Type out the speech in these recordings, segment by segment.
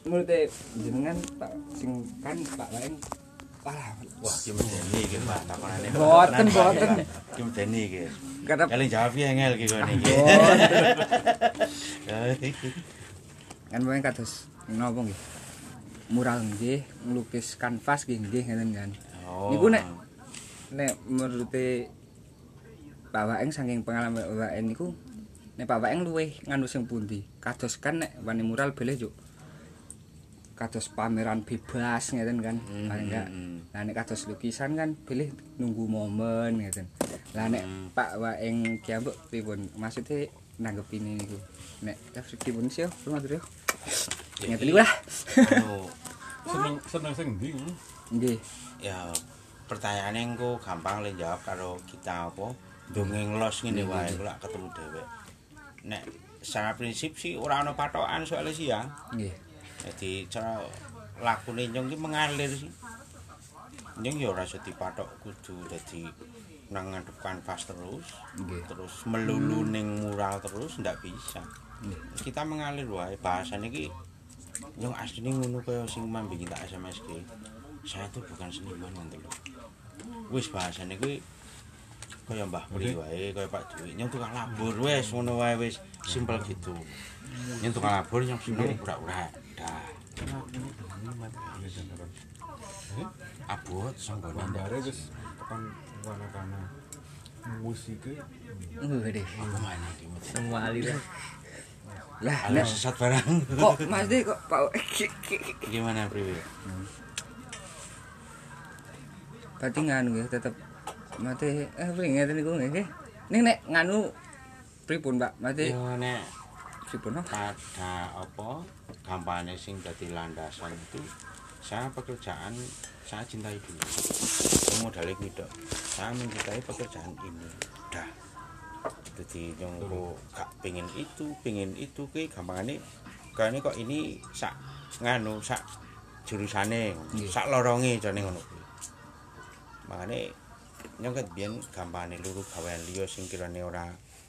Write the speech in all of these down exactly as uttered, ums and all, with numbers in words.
menurut jenengan Pak sing kan Pak Waeng Wah, wah iki medeni iki Pak, takonane. Boten, boten. Iki medeni iki. Karena kali jawab ya ngel iki kene iki. Kan Waeng kados napa nggih? Mural nggih, nglukis kanvas nggih nggih ngeten kan. Oh. Niku nek nek menurut Pak Waeng saking pengalaman Pak Waeng niku nek Pak Waeng luwih nganu sing pundi? Kados kan nek wani mural bilih yo kados pameran bebas ngeten kan, hmm, paling enggak. Hmm. Lah nek kados lukisan kan pilih nunggu momen ngeten. Lah nek hmm. Pak Waeng kiambuk pripun? Maksude nanggepine niku. Nek pripun sih yo, matur yo. Ngeten niku lah. Anu seneng seneng sing ndi? Nggih. Ya pertanyaane engko gampang le jawab karo kita apa dongeng los ngene wae kula ketemu dhewek. Nek secara prinsip sih ora ana patokan soal sih ya. Nggih. Jadi cara lakune nyong ki mengalir sih. Nyong ya ora usah dipatok kudu dadi nang ngadep kanvas terus, Nggih. terus melulu ning mural terus ndak bisa. Nggih. Kita mengalir wae. Bahasane ki nyong asline ngono kaya sing mambing tak S M S ki. Saya tuh bukan seniman ngoten lho. Wis bahasane kuwi kaya Mbah Pri wae, kaya Pak Dewi. Nyong tukang labur wis ngono wae wis simpel gitu. Nyong tukang labur nyong seneng ura-ura. Dah. Abot sanggone Bandare wis tekan wana-kana musike. Waduh. Kemana iki? Semua aliran. Lah, Aliran sesat barang. kok Mas De kok Pak Gimana priwe? Berarti nganu nggih tetep mate eh pripun ngeten niku nggih. Ning nek nganu pripun Pak? Mate Yo nek pripun? pada apa kampanye sing dadi landasan itu saya pekerjaan saya cintai dulu. Saya modalnya gitu. Saya mencintai pekerjaan ini. Dah. Jadi nyongko gak pengen itu, pengen itu ke gampangane kayane kok ini sak nganu sak jurusane, sak loronge jane ngono kuwi. Makane nyong ket biyen gampangane luru gawean liya sing kirane ora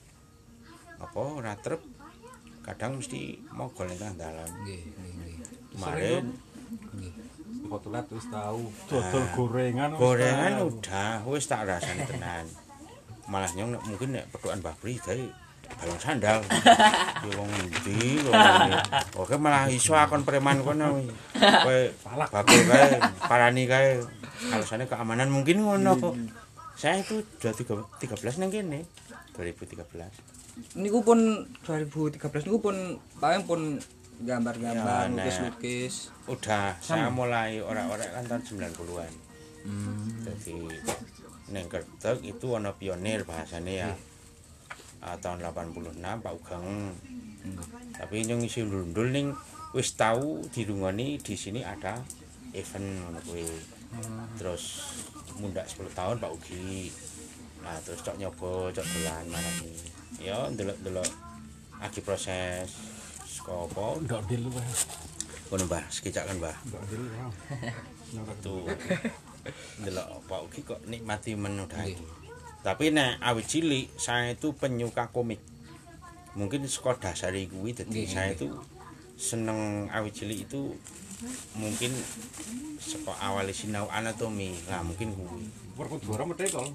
apa ora trep kadang mesti mogol ning dalan. Nggih, nggih. Kemarin Nggih. Kotelat wis tau dodol gorengan. Gorengan udah wis tak rasane tenan. Malah nyong mungkin nek petukan Mbah Pri gawe balong sandal. Ya wong endi kok. Oke malah iso akon preman kono. Kowe bakul kae, parani kae. Alasane keamanan mungkin ngono. Saya itu sudah tiga belas nang kene. dua ribu tiga belas. Niku pun dua ribu tiga belas niku pun paling pun gambar-gambar, Ya, lukis-lukis. Udah saya mulai orang-orang kan tahun sembilan puluhan. Hmm. Jadi neng Kertek itu ana pionir bahasane ya. Ah, tahun delapan puluh enam Pak Ugeng. Hmm. Tapi nyong isi ndul-ndul ning wis tahu dirungoni di sini ada event ngono kuwi. Hmm. Terus mundak sepuluh tahun Pak Ugi. Nah, terus cok nyoba, cok dolan marani. Ya ndelok-ndelok lagi proses saka apa? Ndak dil wae. Ngono Mbah, sekicak kan Mbah. Ndak dil wae. Tuh. Ndelok Pak Ugi kok nikmati menudai. Tapi nek awit cilik saya itu penyuka komik. Mungkin sekolah dasar kuwi dadi saya itu seneng awit cilik itu mungkin sekolah awal sinau anatomi. Lah mungkin kuwi. Werku juara medhe kok.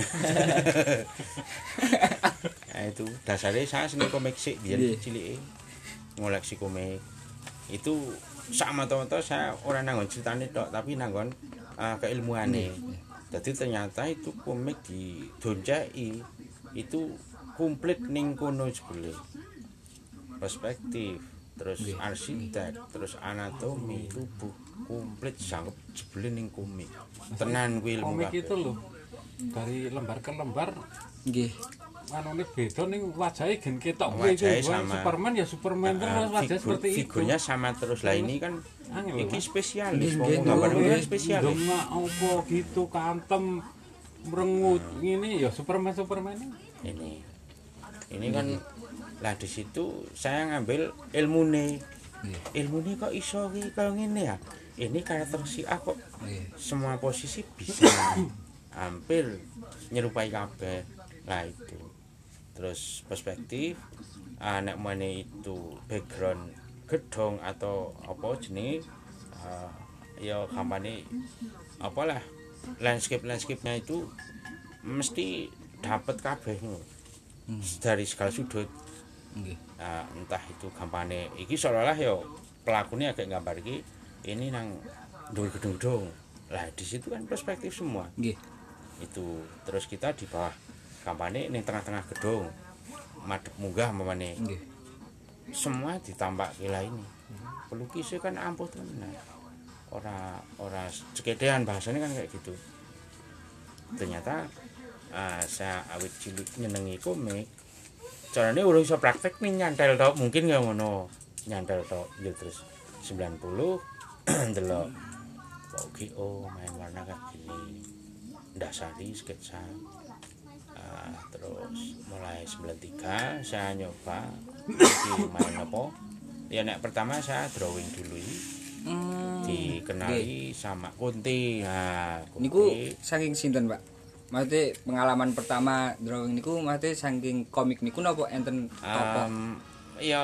Nah itu dasarnya saya seneng komik sik biyen cilike. Ngoleksi komik. Itu sama mata-mata saya ora nanggon ceritane tok, tapi nanggon uh, keilmuane. Jadi ternyata itu komik di Doncai itu komplit ning kono jebule. Perspektif, terus arsitek, terus anatomi tubuh komplit sanggup jebule ning komik. Tenan kuwi ilmu Komik itu loh. Dari lembar ke lembar Nggih. anune beda ning wajahe gen ketok Wajahnya kuwi. sama. Superman ya Superman terus Uh, wajah figur, seperti itu. figurnya sama terus lah ini kan Angel, iki Mas. spesialis Nggih, ngomong gambar nggih, ini spesialis Dongak apa gitu kantem merengut ini ya Superman Superman ini ini kan lah di situ saya ngambil ilmune ilmune kok iso ki kaya ngene ya ini karakter si A kok semua posisi bisa hampir nyerupai kabeh lah itu terus perspektif anak mana itu background gedung atau apa jenenge uh, ya gampane apalah landscape-landscape-nya itu mesti dapat kabeh ngono. Hmm. Dari segala sudut. Nggih. Nah, entah itu gampane iki seolah-olah ya pelakune agak gambar iki ini nang dhuwur gedung-gedung. Lah di situ kan perspektif semua. Nggih. Itu terus kita di bawah gampane ning tengah-tengah gedung. Madhep munggah mamane. Nggih. Semua ditambah gila ini. Pelukisnya kan ampuh tenan. Ora ora cekedean bahasanya kan kayak gitu. Ternyata uh, saya awit cilik nyenengi komik. Carane urung iso praktek nih nyantel tok, mungkin ya ngono. Nyantel tok ya terus sembilan puluh ndelok Oke oh main warna kayak gini. Ndasari sketsa. Uh, terus mulai sembilan puluh tiga saya nyoba iki main apa? Ya nek pertama saya drawing dulu ini. Hmm, dikenali okay. Sama Kunti. Nah, Kunti. Niku saking sinten, Pak? Maksudnya pengalaman pertama drawing niku maksudnya saking komik niku napa enten tokoh? Um, ya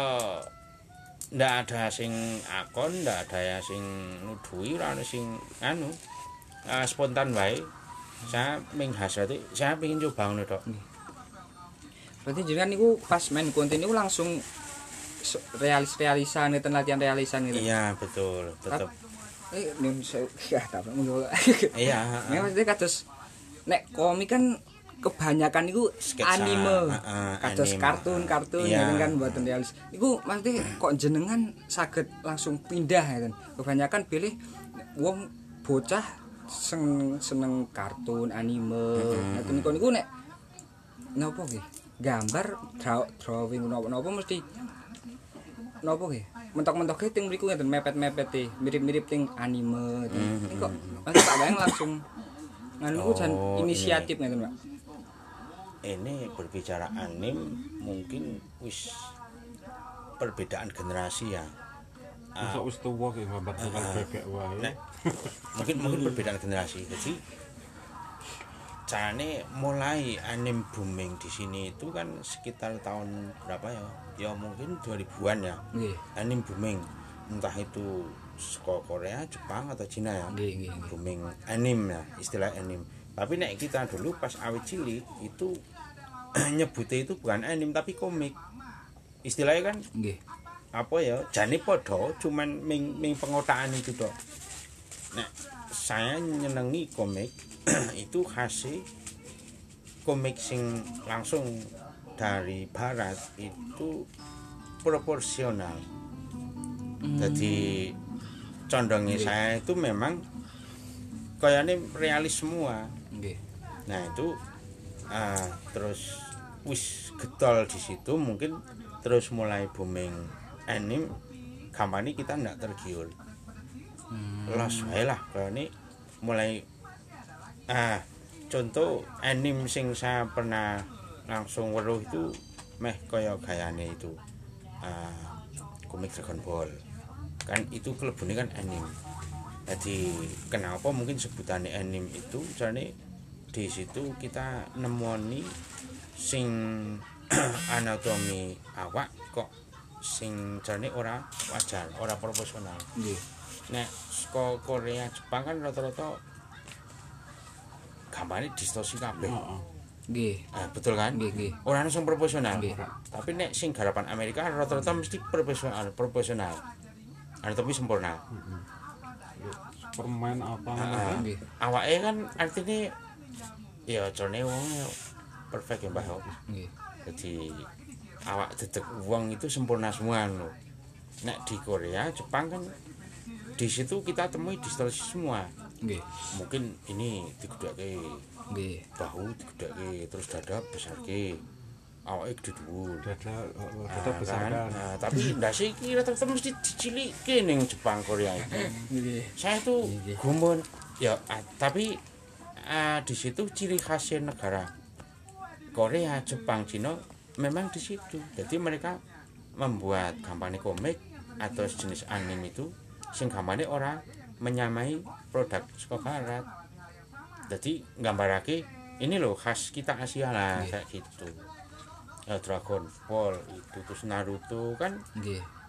ndak ada sing akon, ndak ada ya sing nuduhi, ora ana sing anu. Uh, spontan wae. Saya ming hasrate, saya pengen coba ngono tok. Berarti jenengan niku pas main Kunti niku langsung realis-realisan ngeten latihan realisan gitu. Iya, betul, tetep. Eh, ning ya ta ngono. Iya, heeh. Maksudnya kados nek komik kan kebanyakan niku anime. Kados kartun-kartun iya. kan mboten realis. Iku maksudnya kok jenengan saged langsung pindah ngeten. Kebanyakan pilih wong bocah seng, seneng kartun, anime. Ngeten niku niku nek napa nggih? Gambar drawing napa-napa mesti napa nggih? Mentok-mentoke ting mriku ngeten mepet-mepete, mirip-mirip ting anime gitu. Mm-hmm. Ini kok Mas Pak Bayang langsung nganu ku jan oh, inisiatif ngeten, Pak. Ini berbicara anim mungkin wis perbedaan generasi ya. Masa wis tuwa ki gambar tukang bebek wae. Mungkin mungkin perbedaan generasi. Jadi carane mulai anim booming di sini itu kan sekitar tahun berapa ya? Ya mungkin dua ribuan ya. Nggih. Anim booming. Entah itu saka Korea, Jepang atau Cina ya. Nggih, nggih. Booming anim ya, istilah anim. Tapi nek kita dulu pas awet cilik itu nyebutnya itu bukan anim tapi komik. Istilahnya kan nggih. Apa ya? Jane padha cuman ming, ming pengotaan itu tok. Nek saya nyenengi komik itu khasnya komik sing langsung dari barat itu proporsional. Hmm. Jadi condongnya okay. Saya itu memang kayaknya realis semua. Okay. Nah itu uh, terus wis getol di situ mungkin terus mulai booming anime kampanye kita ndak tergiur. Hmm. Los wae lah kayaknya mulai ah contoh anime sing saya pernah langsung weruh itu meh kaya gayane itu uh, komik Dragon Ball kan itu kelebune kan anime. Jadi kenapa mungkin sebutannya anime itu carane di situ kita nemoni sing anatomi awak kok sing carane ora wajar, ora proporsional. Nggih. Nek saka Korea, Jepang kan rata-rata gambarnya distorsi kabeh. Heeh. Nggih. Nah, betul kan? Nggih, nggih. Ora langsung proporsional. Nggih. Tapi nek sing garapan Amerika rata-rata mesti proporsional, proporsional. Anatomi sempurna. Heeh. Permen apa nggih. Awake kan artine ya jane wong perfect ya, Mbah. Nggih. Jadi awak dedek wong itu sempurna semua lho. Nek di Korea, Jepang kan di situ kita temui distorsi semua. Nggih. Mungkin ini digedheke. Nggih. Bahu digedheke terus dada besarke. Awake gede dhuwur. Dada dada besar kan. Nah, tapi ndase iki rata-rata mesti dicilike ning Jepang Korea itu. Nggih. Saya tuh gumun ya ah, tapi ah, di situ ciri khasnya negara Korea, Jepang, Cina memang di situ. Jadi mereka membuat kampanye komik atau jenis anime itu sing kampanye orang menyamai produk saka barat. Jadi nggambarake ini loh khas kita Asia lah. Nggih. Kayak gitu. Ya Dragon Ball itu terus Naruto kan nggih.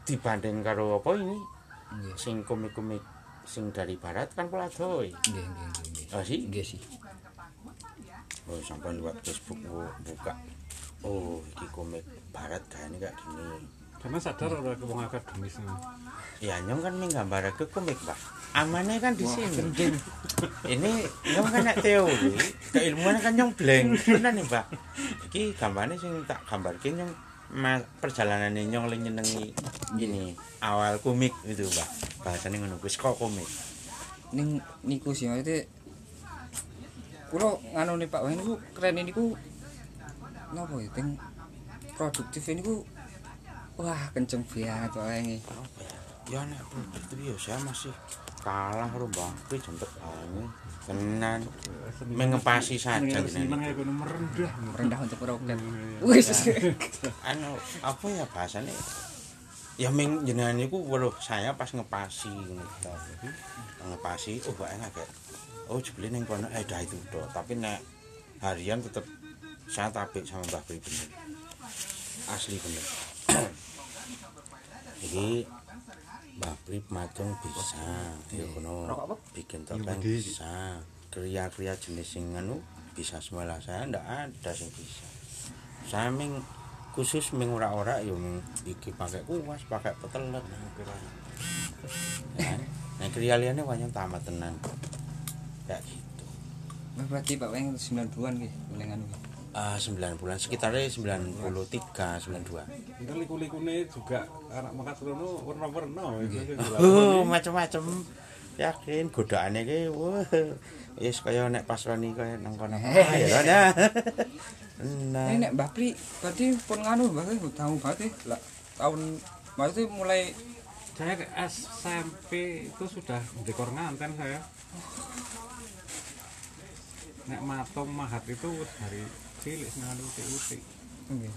dibanding karo apa ini Nggih. sing komik-komik sing dari barat kan peladoy. Nggih, nggih, nggih. Oh sih? Nggih sih. Oh sampai lewat Facebook bu- buka. Oh, iki komik barat kayaknya kayak gini. Karena sadar ora wong akademis. Ya nyong kan menggambar ke komik, Pak. Amannya kan di sini. Ini nyong kan nek teori, keilmuan kan nyong blank. Bener nih, Pak. Iki gambarnya sing tak gambarke nyong ma- perjalanannya nyong le nyenengi ini awal komik itu, Pak. Bahasane ngono kuwi saka komik. Ning niku sih maksudnya kula nganu nih Pak Wahyu niku keren niku napa ya ting produktif niku wah kenceng banget Pak Wahyu. Apa ya? Ya nek produktif ya saya masih kalah karo Mbah Pri jempet banyu. Tenan mengepasi saja Seneng jenenge. ya kono merendah. Rendah untuk roket. Wis. Anu apa ya bahasane? Ya ming jenengan niku weruh saya pas ngepasi ngono ta. Ngepasi oh bae agak. Oh jebule ning kono eh dah itu tok. Tapi nek harian tetep saya tabik sama Mbah Pri bener. Asli bener. Iki Mbah Pri matung bisa, ya kono bikin topeng bisa, kriya-kriya jenis sing anu bisa semua saya ndak ada sing bisa. Saya ming khusus ming ora-ora ya ming iki pakai kuas, pakai petelet nah kira. Kan, nah kriya liyane wanyang tamat tenan. Kayak gitu. Berarti Pak Wahyu sembilan puluhan nggih mulai nganu. Ah sembilan bulan sekitarnya sembilan puluh tiga, sembilan puluh dua. Itu liku-likune juga anak makat rono warna-warna gitu. Oh, macam-macam. Yakin godaane ki wah. Wis kaya nek pas rani kaya nang kono. Ya ya. Nah, Ini nek Mbah Pri berarti pun nganu Mbah Pri tahu banget lah tahun maksudnya mulai Saya ke S M P itu sudah dekor nganten saya. Nek matung mahat itu wis dari cilik nganu utik-utik. nggih.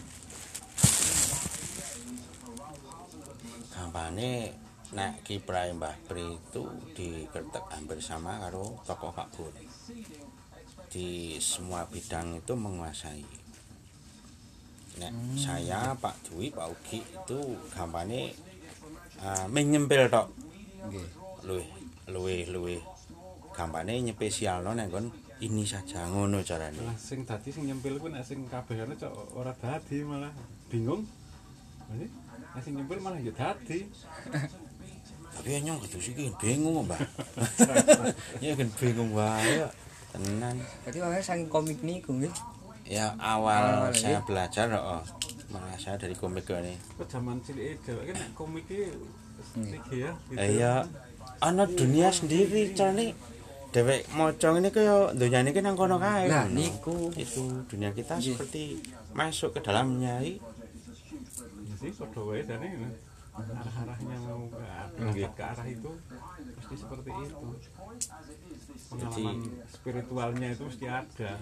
kampanye nek kiprahe Mbah Pri itu diketek hampir sama karo tokoh Pak Bur. Di semua bidang itu menguasai. Nek hmm. saya Pak Dwi, Pak Ugi itu kampanye uh, menyempil tok. Nggih. Luwih luwih luwih kampanye nyepesialno nek kon ini saja ngono carane. Lah sing dadi sing nyempil ku nek sing kabehane cok ora dadi malah bingung. Masih nek sing nyempil malah ya dadi. Tapi nyong kudu iki bingung, Mbak. Ya kan bingung wae. Tenan. Berarti awalnya saking komik niku nggih. Ya awal Awal, saya ya. belajar oh, malah saya dari komik ini. Kok zaman cilik dheweke nek komik iki iki ya. gitu. Eh ya ana dunia sendiri carane dhewek maca ngene kaya donyane ki nang kono kae. Lah ngono. niku Itu dunia kita Nggih. seperti masuk ke dalamnya. Ya sih padha wae jane arah-arahnya mau ke arah, ke arah itu pasti seperti itu. Pengalaman spiritualnya itu mesti ada.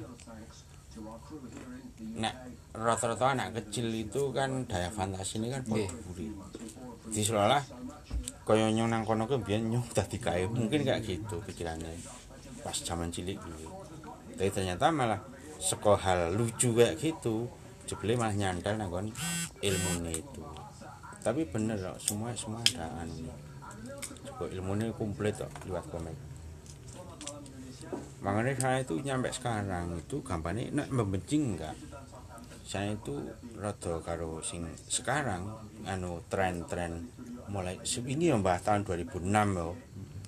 Nek rata-rata anak kecil itu kan daya fantasi ini kan Nggih. buri. Di seolah kaya nyong nang kono ke mbiyen nyong dadi kae mungkin kayak gitu pikirannya pas zaman cilik dulu. Tapi ternyata malah saka hal lucu kayak gitu jebule malah nyandal nang kon ilmune itu. Tapi bener kok semua semua ada anu. Kok ilmune komplit kok lewat komik. Makanya saya itu nyampe sekarang itu gampangnya nek membenci enggak. Saya itu rada karo sing sekarang anu tren-tren mulai ini ya Mbah tahun dua ribu enam yo.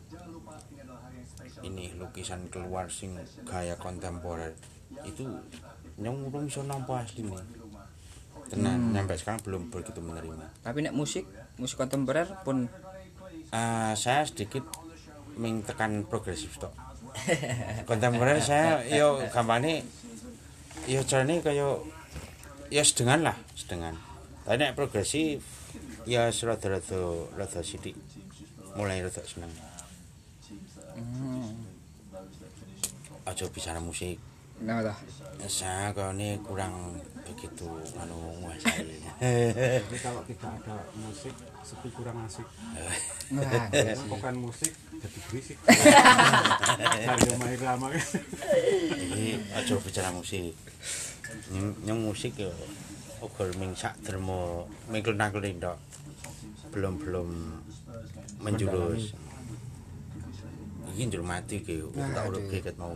Ini lukisan keluar sing gaya kontemporer itu nyong urung iso nampa asline. Tenan hmm. nyampe sekarang belum begitu menerima. tapi nek musik, musik kontemporer pun Uh, saya sedikit ming tekan progresif tok. Kontemporer saya yo gampane yo carane kaya ya sedengan lah, sedengan. Tapi nek progresif ya rada-rada rada sithik. Mulai rada seneng. hmm. Aja bicara musik. Nah dah. Saya kayaknya kurang begitu anu menguasai. Jadi kalau tidak ada musik sepi kurang asik. Nah, Bukan musik jadi berisik. Hari main lama. Jadi aja bicara musik. Nyong nyong musik yo uga ming sak derma mingkul-nangkul tok. belum belum menjurus. Iki njur mati ki, tak urip ket mau.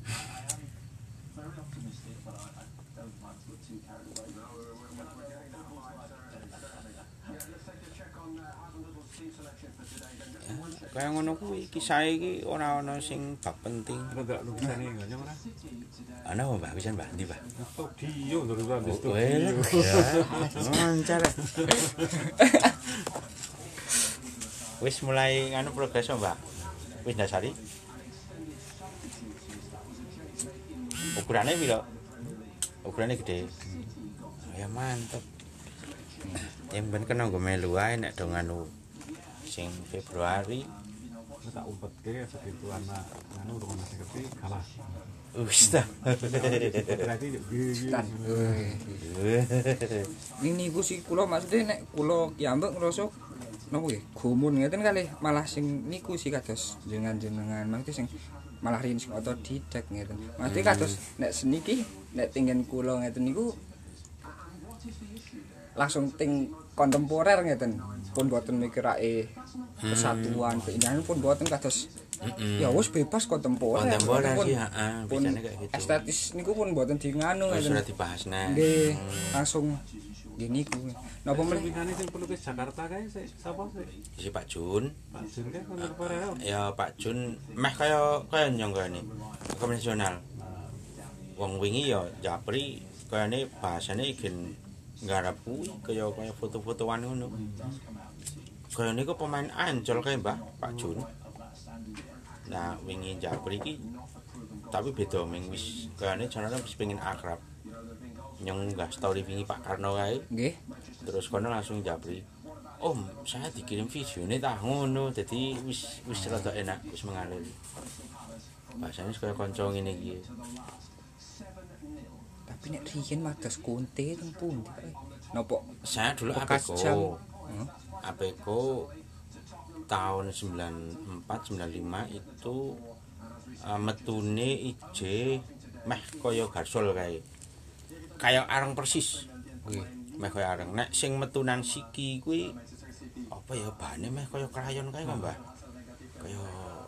Kaya ngono kuwi kisah iki ora ana sing bab penting. Enggak lupisane enggak nyong ora. Ana Mbah pisan Mbah ndi, Mbah? Studio terus di Oh, studio. ya. Lancar. Wis mulai nganu progres, Mbak. Wis ndasari. Ukurane piro? Ukurane gede. Oh, ya mantep. Yang ben kena nggo melu ae nek do nganu sing Februari. Tak umpet ke segitu anak nganu rumah seperti kalah. Wis ta. Berarti Tan. Ini niku sih kula maksudnya nek kula kiambek ngrasa napa nggih gumun ngeten kalih malah sing niku sih kados jenengan-jenengan maksudnya sing malah rin sing otodidak ngeten. Maksudnya kados nek seni ki nek tingen kula ngeten niku langsung ting kontemporer ngeten. Pun boten mikirake kesatuan keindahan pun boten kados ya wis bebas kontemporer. Kontemporer Pun- sih, heeh, pun biasanya kayak gitu. estetis niku pun boten di nganu Wis ngeten. ora dibahas neh. Nggih, langsung nggih niku. Napa meneh? Pemilihan sing pelukis Jakarta kae sik sapa sih? Si Pak Jun. Pak Jun kae kontemporer. Ya Pak Jun meh kaya kaya nyong kene. Konvensional. Wong wingi ya Japri kayane bahasane gen nggarap kuwi kaya kaya foto-fotoan ngono. Kaya niku pemain Ancol kae Mbah Pak Jun. Nah, wingi Japri iki tapi beda ming wis kayane janane wis pengin akrab. Nyong nggak story wingi Pak Karno kae. Nggih. Terus kono langsung Japri. Om, saya dikirim videone tah ngono. Dadi wis wis rada enak, wis mengalir. Bahasane kaya kanca ngene iki. Tapi nek riyen mados kunti teng pundi kae? Napa Saya dulu bekas jam? Apeko. Hmm? Apeko tahun sembilan empat sembilan lima itu uh, metune ije meh kaya garsol kae. Kaya areng persis. Nggih. Meh kaya areng. Nek sing metunan siki kuwi apa ya bahane meh kaya krayon kae kok, Mbah. Kaya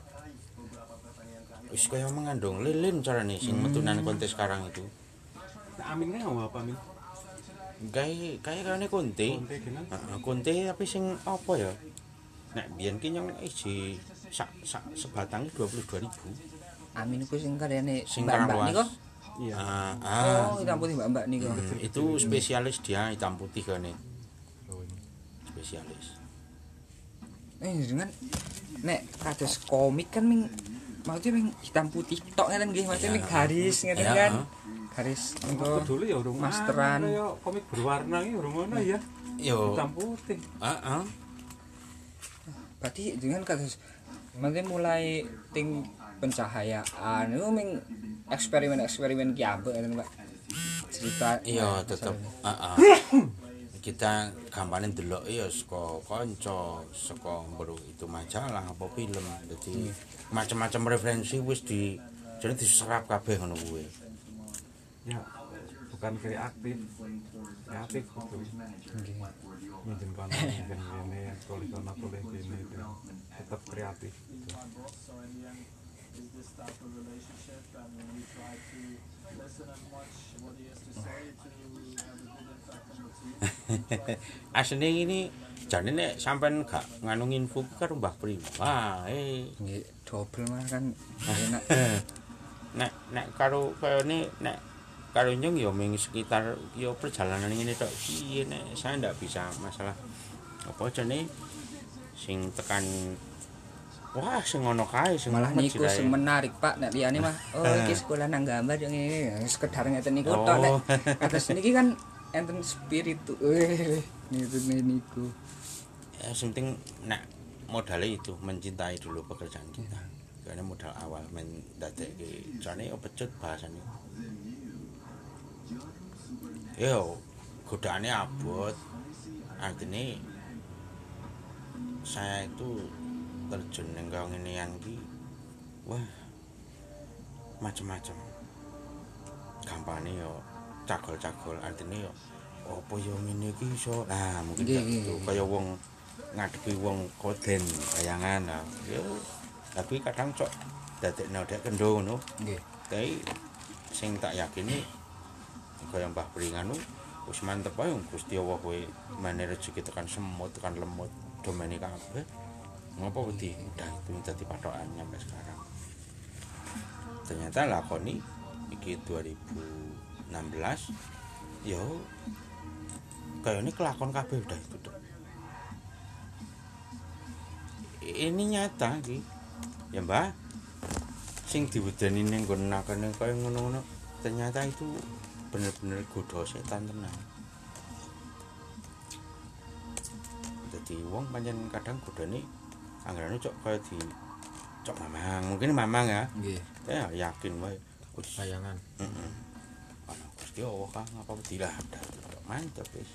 wis kaya mengandung lilin carane sing metunan kontes sekarang itu. Nah, Amin kae ngomong apa Amin? Gawe kaya kene konte. Konte genang. Heeh, konte tapi sing apa ya? Nek biyen ki nyong iji sak sak sebatang dua puluh dua ribu. Amin ku sing karyane Sing Mbak-mbak karang niku. luas. Iya. Ah, ah. Oh, hitam putih Mbak-mbak niku. Hmm, itu spesialis dia hitam putih kene. Oh, ini. Spesialis. Eh dengan nek kados komik kan ming maksudnya ming hitam putih tok ngeten nggih maksudnya ming garis ngeten Ya, kan. ah. Garis Waktu niku. dulu ya urung Masteran. kaya komik berwarna iki urung ngono ya. Yo. Hitam putih. Heeh. Berarti dengan kados maksudnya mulai ting pencahayaan itu ming eksperimen-eksperimen kiambek ngeten Pak. Cerita Iya, tetep heeh. Kita gampane ndelok ya saka kanca, saka mbro itu majalah apa film. Dadi macam-macam referensi wis di jadi diserap kabeh ngono kuwi. Ya, bukan kreatif. Kreatif itu. Nggih. Minjem kono, minjem kene, tulis kono, tulis kene itu. Tetap kreatif. Gitu. Asline ini jane nek sampean gak nganu info karo Mbah Pri. Wah, eh Nggih, double mah kan enak. nek nek karo kayane nek karo nyong ya ming sekitar ya perjalanan ngene tok piye nek saya ndak bisa masalah apa jane sing tekan wah sing ngono kae sing Malah mumet niku sirahe. sing menarik Pak nek liyane mah oh iki sekolah nang gambar yang ngene sekedar ngeten niku tok nek Oh. atas niki kan enten spiritu. Eh niku niku. Ya sing penting nek modalnya itu mencintai dulu pekerjaan kita. Karena modal awal men dadekke jane pecut bahasane. Yo, godaannya abot. Artinya saya itu terjun ning ngene iki. Wah. Macem-macem. Gampane yo cagol-cagol artinya yo apa yo ngene iki iso. Nah, mungkin Nggih, kayak gitu. nggih. Kaya wong ngadepi wong koden kayangan nah. Ya tapi kadang cok dadekno dek kendo ngono. Nggih. Tapi sing tak yakini kaya Mbah Pringan wis mantep ae Gusti Allah kowe mene rezeki tekan semut tekan lemut domene kabeh. Ngopo wedi udah itu dadi patokan sampai sekarang. Ternyata lakoni iki dua ribu enam belas yo kayaknya kelakon kabeh udah itu dok. Ini nyata iki ya Mbah sing diwedeni ning nggon nakene kaya ngono-ngono ternyata itu bener-bener godho setan tenan. Jadi wong pancen kadang godhone anggarane cok kaya di cok mamang, mungkin mamang ya. Nggih. Ya yakin wae wis bayangan. heeh. Ana Gusti Allah kah ngapa dilah mantep wis.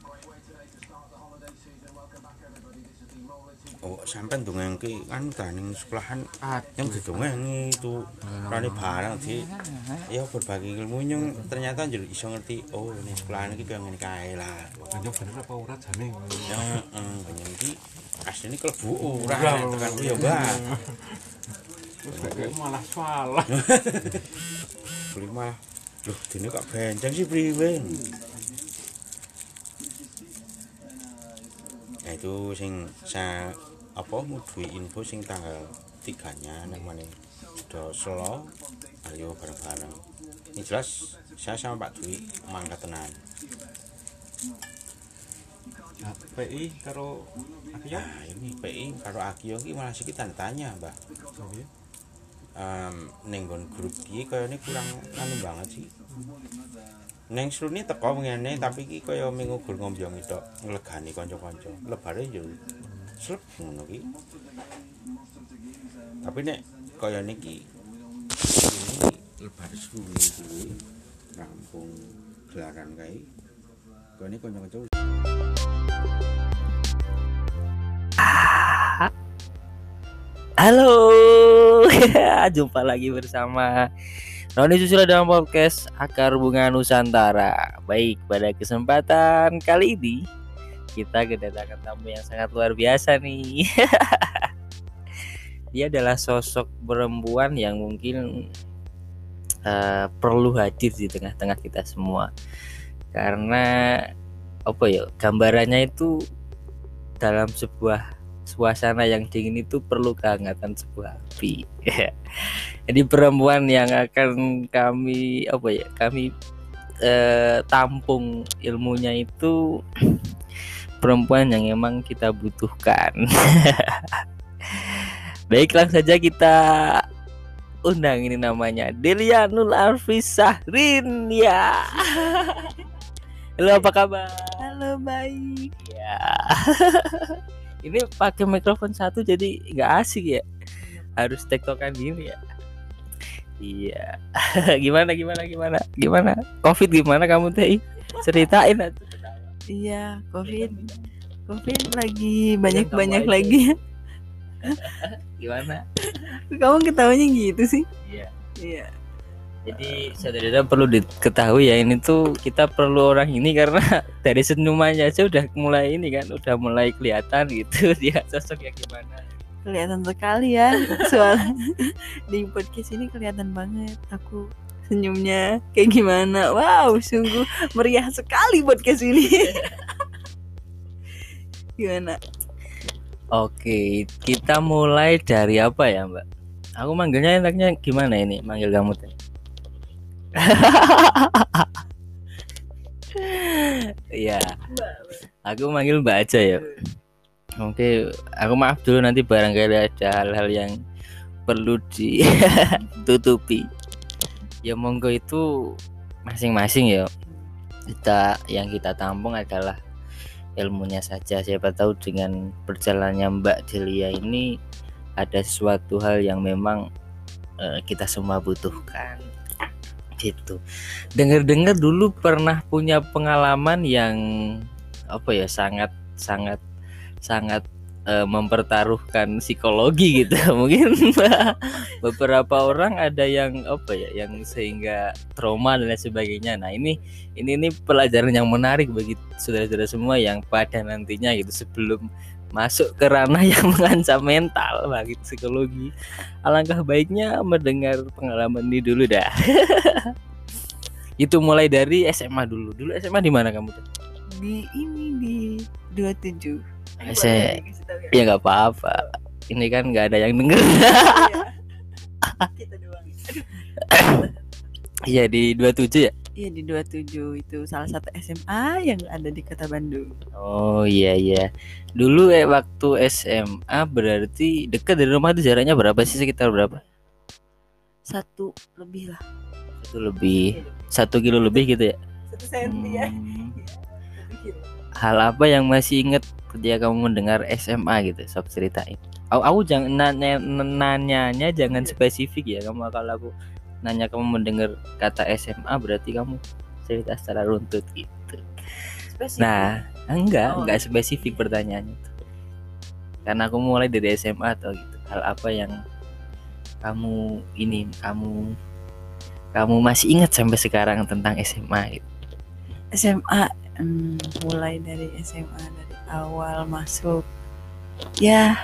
Oh, sampai dongengke kan ning sekolahan yang didongengi itu rane barang di ya berbagi ilmu yang ternyata jadi iso ngerti oh ning sekolahan iki kaya ngene kae lah. Bener bener apa ora jane. Heeh, banyak iki asline klebu ora tekan ku ya, Mbak. Terus malah salah. Beli mah loh dene kok benceng sih priwe. Nah itu sing sa apa mau duwe info sing tanggal tiganya nek meneh do Solo ayo bareng-bareng. Ini jelas saya sama Pak Dwi mangkat tenan. Nah, P I karo Akio. Nah, ini P I karo Akio iki malah sik tanda tanya, Mbah. Piye? Um, ning nggon grup iki kayane kurang anu banget sih. Neng slune teko ngene tapi iki kaya minggu gul ngombyong tok nglegani kanca-kanca. Lebare yo slep ngono ki. Tapi nek kaya niki ini lebar suwi kuwi rampung gelaran kae. Kene kanca-kanca Halo, jumpa lagi bersama Roni Susilo dalam podcast Akar Bunga Nusantara. Baik, pada kesempatan kali ini kita kedatangan tamu yang sangat luar biasa nih. Dia adalah sosok perempuan yang mungkin uh, perlu hadir di tengah-tengah kita semua. Karena apa ya, gambarannya itu dalam sebuah suasana yang dingin itu perlu kehangatan sebuah api. Jadi perempuan yang akan kami apa ya kami eh, tampung ilmunya itu perempuan yang emang kita butuhkan. Baik, langsung saja kita undang, ini namanya Delia Nur Arfisahrin ya. Halo, apa kabar? Halo, baik. Ya. Ini pakai mikrofon satu jadi nggak asik ya, harus tektokan gini ya. Iya. gimana gimana gimana gimana Covid gimana kamu teh, ceritain atuh. Iya, Covid. Covid lagi banyak-banyak lagi. Gimana? Kamu ketawanya gitu sih? Iya. Iya. Jadi saudara perlu diketahui ya, ini tuh kita perlu orang ini karena dari senyumannya aja udah mulai ini kan, udah mulai kelihatan gitu dia sosoknya gimana. Kelihatan sekali ya soal di podcast ini, kelihatan banget aku senyumnya kayak gimana. Wow, sungguh meriah sekali podcast ini. Gimana? Oke, kita mulai dari apa ya, Mbak? Aku manggilnya enaknya gimana ini? Manggil kamu teh. Iya, aku manggil Mbak aja ya. Oke, aku maaf dulu nanti barangkali ada hal-hal yang perlu ditutupi. Ya monggo, itu masing-masing ya. Kita yang kita tampung adalah ilmunya saja. Siapa tahu dengan berjalannya Mbak Delia ini ada sesuatu hal yang memang uh, kita semua butuhkan. Gitu. Dengar-dengar dulu pernah punya pengalaman yang apa ya, sangat sangat sangat e, mempertaruhkan psikologi gitu. Mungkin beberapa orang ada yang apa ya, yang sehingga trauma dan lain sebagainya. Nah, ini ini ini pelajaran yang menarik bagi saudara-saudara semua yang pada nantinya gitu, sebelum masuk ke ranah yang mengancam mental bagi psikologi. Alangkah baiknya mendengar pengalaman ini dulu dah. Itu mulai dari S M A dulu. Dulu S M A di mana kamu tuh? Di ini di dua puluh tujuh. Saya ya nggak apa-apa. Ini kan nggak ada yang denger. Kita doang. Iya di dua puluh tujuh ya. Iya di dua puluh tujuh itu salah satu S M A yang ada di Kota Bandung. Oh iya iya. Dulu eh waktu S M A berarti dekat dari rumah itu jaraknya berapa sih, sekitar berapa? Satu lebih lah. Satu lebih, satu kilo lebih gitu ya. Satu senti ya. Hmm. Satu kilo. Hal apa yang masih inget ketika kamu mendengar S M A gitu? Sob ceritain. Aku, aku jangan nanya, nanyanya jangan spesifik ya. Kamu kalau aku nanya kamu mendengar kata S M A berarti kamu cerita secara runtut gitu. Spesifik. Nah, enggak, Oh. enggak spesifik pertanyaannya tuh. Karena aku mulai dari S M A atau gitu. Hal apa yang kamu ini kamu kamu masih ingat sampai sekarang tentang S M A gitu? S M A hmm, mulai dari S M A dari awal masuk. Ya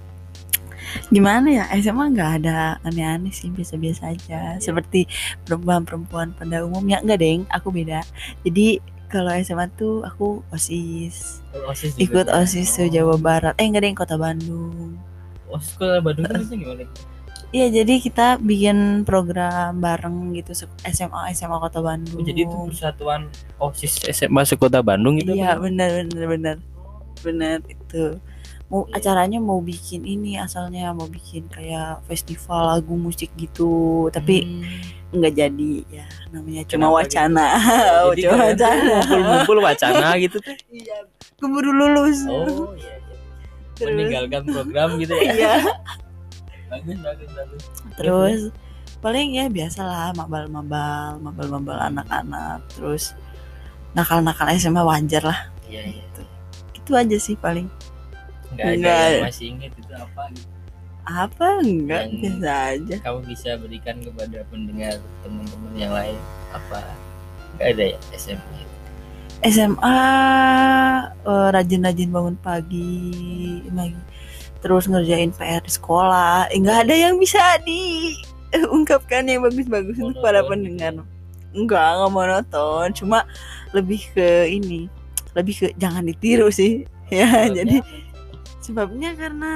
gimana ya, S M A nggak ada aneh-aneh sih, biasa-biasa aja seperti perempuan-perempuan pada umumnya. Enggak deng, aku beda. Jadi kalau S M A tuh aku OSIS, OSIS ikut OSIS se Jawa Barat. Eh enggak deng, Kota Bandung. OSIS Kota Bandung itu gimana? Iya, jadi kita bikin program bareng gitu S M A S M A Kota Bandung. Oh, jadi itu persatuan OSIS S M A sekota Bandung gitu? Iya, apa? benar benar benar. Benar itu. Mau Iya. acaranya mau bikin ini, asalnya mau bikin kayak festival lagu musik gitu, tapi Hmm. nggak jadi ya, namanya cuma Kenapa wacana. Oh, Oh, jadi cuma kalian tuh wacana. ngumpul-ngumpul wacana gitu tuh. Iya, keburu lulus. Oh iya, iya. Terus. Meninggalkan program gitu ya. Iya. Bagus bagus bagus. Terus paling ya biasalah mabal-mabal, mabal-mabal anak-anak, terus nakal-nakal S M A wajar lah. Iya iya. Itu aja sih paling. Enggak ada Enggak. yang masih ingat itu apa gitu. Apa enggak, Yang- biasa aja. Kamu bisa berikan kepada pendengar teman-teman yang lain apa? Enggak ada ya S M A itu. S M A eh, rajin-rajin bangun pagi, pagi, terus ngerjain P R di sekolah. Eh, nggak ada yang bisa diungkapkan yang bagus-bagus untuk para Monoton pendengar. Enggak, nggak monoton, cuma lebih ke ini, lebih ke jangan ditiru sih. Ya, Sebabnya jadi apa? sebabnya karena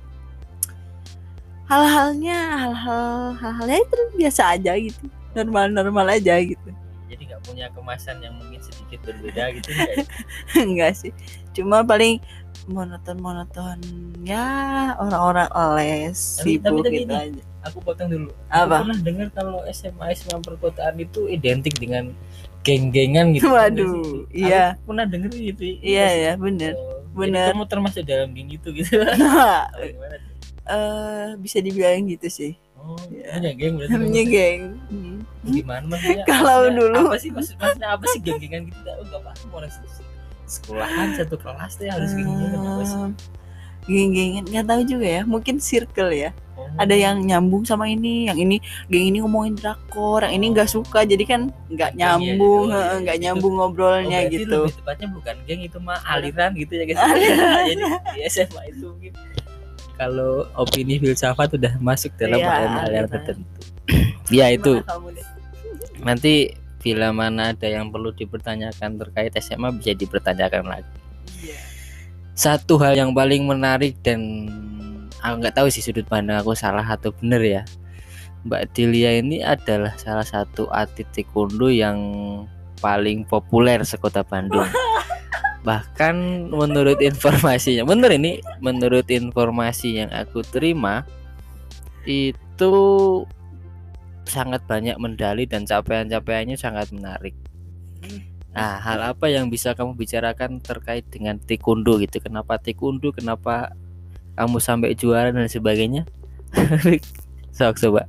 hal-halnya, hal-hal hal-halnya itu biasa aja gitu, normal-normal aja gitu. Jadi nggak punya kemasan yang mungkin sedikit berbeda gitu enggak ya? Enggak sih, cuma paling monoton-monoton ya, orang-orang les Tapi- tapi sibuk tadi gitu ini, aja. Aku potong dulu. Apa? Aku pernah dengar kalau S M A S M A perkotaan itu identik dengan geng-gengan gitu. Waduh, iya. Aku pernah denger gitu. Iya ya, bener. Oh, bener. Jadi kamu termasuk dalam geng itu gitu. Nah, Oh, gimana tuh? eh, bisa dibilang gitu sih. Oh, Iya. punya geng berarti. Namanya kamu. geng. Hmm. Gimana maksudnya? Kalau Maksudnya dulu- apa sih maksud maksudnya apa sih geng-gengan gitu? Aku enggak paham orang se- sekolahan satu kelas tuh harus geng-gengan apa sih? Em, Geng-gengan nggak tahu juga ya, mungkin circle ya. Oh. Ada yang nyambung sama ini, yang ini geng ini ngomongin drakor, yang ini nggak suka, jadi kan nggak Geng ya, nyambung, gitu. heeh, nggak Itu- nyambung Oh, ngobrolnya berarti gitu. lebih tepatnya bukan geng, itu mah aliran gitu ya guys. Jadi di S M A itu mungkin kalau opini filsafat udah masuk dalam Iya, aliran aliran. tertentu. Ya itu. Gimana kamu deh? Nanti bila mana ada yang perlu dipertanyakan terkait S M A bisa dipertanyakan lagi. Iya. Satu hal yang paling menarik dan aku nggak tahu sih sudut pandang aku salah atau benar ya, Mbak Delia ini adalah salah satu atlet taekwondo yang paling populer sekota Bandung. Bahkan menurut informasinya, bener ini menurut informasi yang aku terima itu sangat banyak medali dan capaian-capaiannya sangat menarik. Nah, hal apa yang bisa kamu bicarakan terkait dengan taekwondo gitu? Kenapa taekwondo? Kenapa kamu sampai juara dan sebagainya? Sok coba.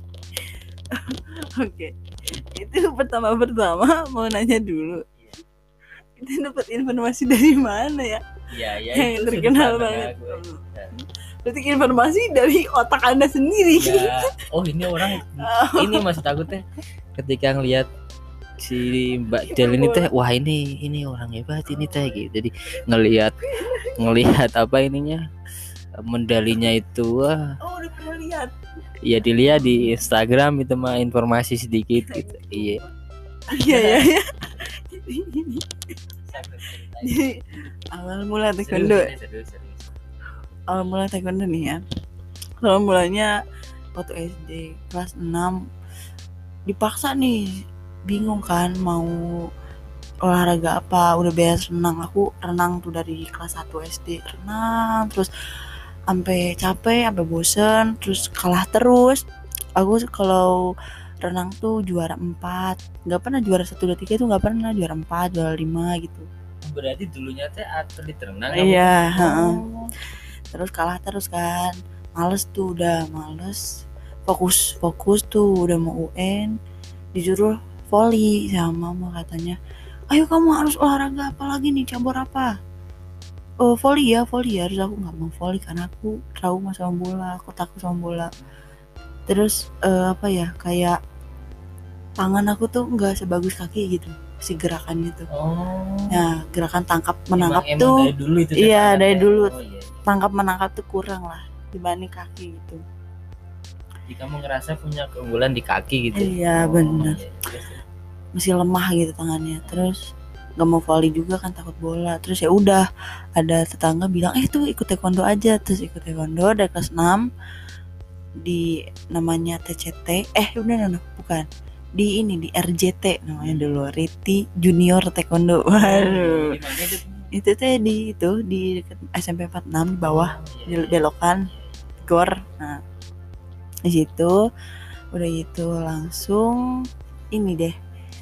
Oke, itu pertama-pertama mau nanya dulu. Itu dapat informasi dari mana ya? Iya, ya Yang terkenal banget. Berarti informasi dari otak Anda sendiri. Ya, oh ini orang ini maksud aku teh ketika ngelihat si Mbak Del ini teh wah ini ini orang hebat ini teh gitu. Jadi ngelihat ngelihat apa ininya medalinya itu wah Oh, udah pernah lihat. ya dilihat di Instagram itu mah informasi sedikit gitu. Iya. Iya ya ya. Jadi awal mula taekwondo, awal mula taekwondo nih ya. Awal mulanya waktu S D kelas enam dipaksa nih, bingung kan mau olahraga apa, udah biasa renang. Aku renang tuh dari kelas satu S D renang terus sampai capek, sampai bosen, terus kalah terus. Aku kalau renang tuh juara empat, nggak pernah juara satu dua tiga tuh nggak pernah, juara empat juara lima gitu. Berarti dulunya teh atlet renang. Iya, kamu? heeh. Oh. Terus kalah terus kan, males tuh, udah males, fokus fokus tuh udah mau U N, disuruh volley sama mama, katanya ayo kamu harus olahraga apa lagi nih, cabur apa? Oh volley ya, volley ya. Terus aku nggak mau volley karena aku trauma sama bola, aku takut sama bola. Terus uh, apa ya, kayak tangan aku tuh nggak sebagus kaki gitu, si gerakannya tuh. Oh. Nah gerakan tangkap menangkap emang, tuh emang dari dulu itu iya dari ya? dulu Oh, iya. tangkap menangkap tuh kurang lah dibanding kaki gitu. Jadi kamu ngerasa punya keunggulan di kaki gitu. Iya, Oh, bener. iya, iya. Masih lemah gitu tangannya. Terus nggak mau volley juga kan, takut bola. Terus ya udah, ada tetangga bilang eh tuh ikut taekwondo aja. Terus ikut taekwondo dari kelas enam di namanya T C T. Eh udah no, no, bukan di ini di R J T namanya dulu, Riti Junior Taekwondo. Waduh, Di mana itu? itu teh di itu di dekat S M P empat puluh enam di bawah, Oh, di iya. belokan gor. Nah di situ udah itu langsung ini deh,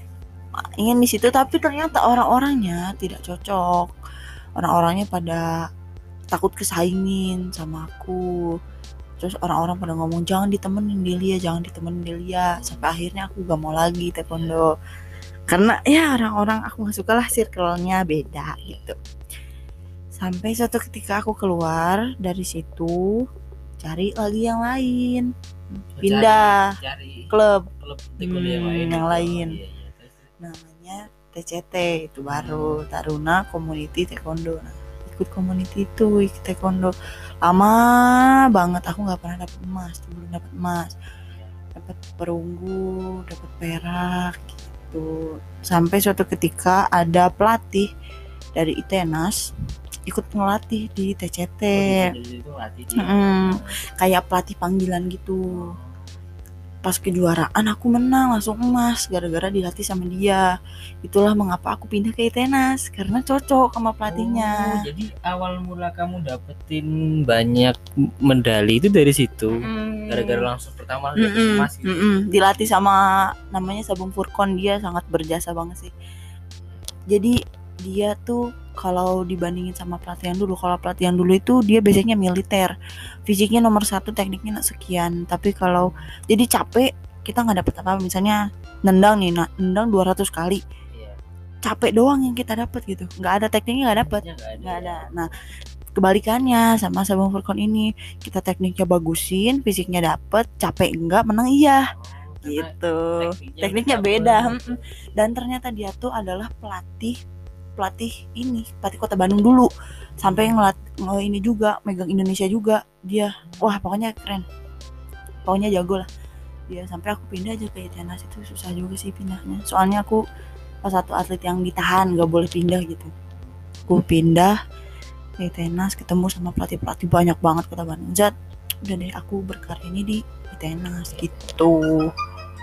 ingin di situ, tapi ternyata orang-orangnya tidak cocok. Orang-orangnya pada takut kesaingin sama aku. Terus orang-orang pada ngomong jangan ditemenin Delia, jangan ditemenin Delia. Sampai akhirnya aku gak mau lagi taekwondo. Karena ya orang-orang aku gak suka lah, circle-nya beda gitu. Sampai suatu ketika aku keluar dari situ, cari lagi yang lain, pindah Cari, cari klub klub taekwondo yang Hmm, lain. yang gitu. lain. Iya, iya. Terus, namanya T C T, itu baru Taruna Community Taekwondo. Nah, ikut community itu, ikut taekwondo lama banget, aku nggak pernah dapet emas, belum dapet emas, dapet perunggu, dapet perak gitu. Sampai suatu ketika ada pelatih dari Itenas ikut ngelatih di T C T. oh, di situ latih dia. Mm-mm. Kayak pelatih panggilan gitu. Pas kejuaraan aku menang, langsung emas gara-gara dilatih sama dia. Itulah mengapa aku pindah ke Itenas, karena cocok sama pelatihnya. Oh, jadi awal mula kamu dapetin banyak medali itu dari situ. Mm. Gara-gara langsung pertama dapet Mm-mm, emas gitu. mm-mm. Dilatih sama namanya Sabung Furkon, dia sangat berjasa banget sih. Jadi dia tuh kalau dibandingin sama pelatihan dulu, kalau pelatihan dulu itu dia biasanya militer, fisiknya nomor satu, tekniknya sekian. Tapi kalau jadi capek, kita nggak dapet apa-apa. Misalnya nendang nih, nah, nendang dua ratus kali, Iya. capek doang yang kita dapet gitu, nggak ada tekniknya, nggak dapet, Tekniknya nggak ada. nggak ada. Nah kebalikannya sama Sabung Furkon ini, kita tekniknya bagusin, fisiknya dapet, capek enggak, menang iya. Oh, karena Gitu, tekniknya tekniknya beda. beda. Mm-mm. Dan ternyata dia tuh adalah pelatih pelatih ini pelatih Kota Bandung dulu, sampai ngelat nge ini juga megang Indonesia juga dia. Wah pokoknya keren, pokoknya jago lah dia. Sampai aku pindah aja ke Itenas, itu susah juga sih pindahnya, soalnya aku salah satu atlet yang ditahan, gak boleh pindah gitu. Aku pindah ke Itenas, ketemu sama pelatih-pelatih banyak banget Kota Bandung. Zat, udah deh aku berkarya ini di Itenas gitu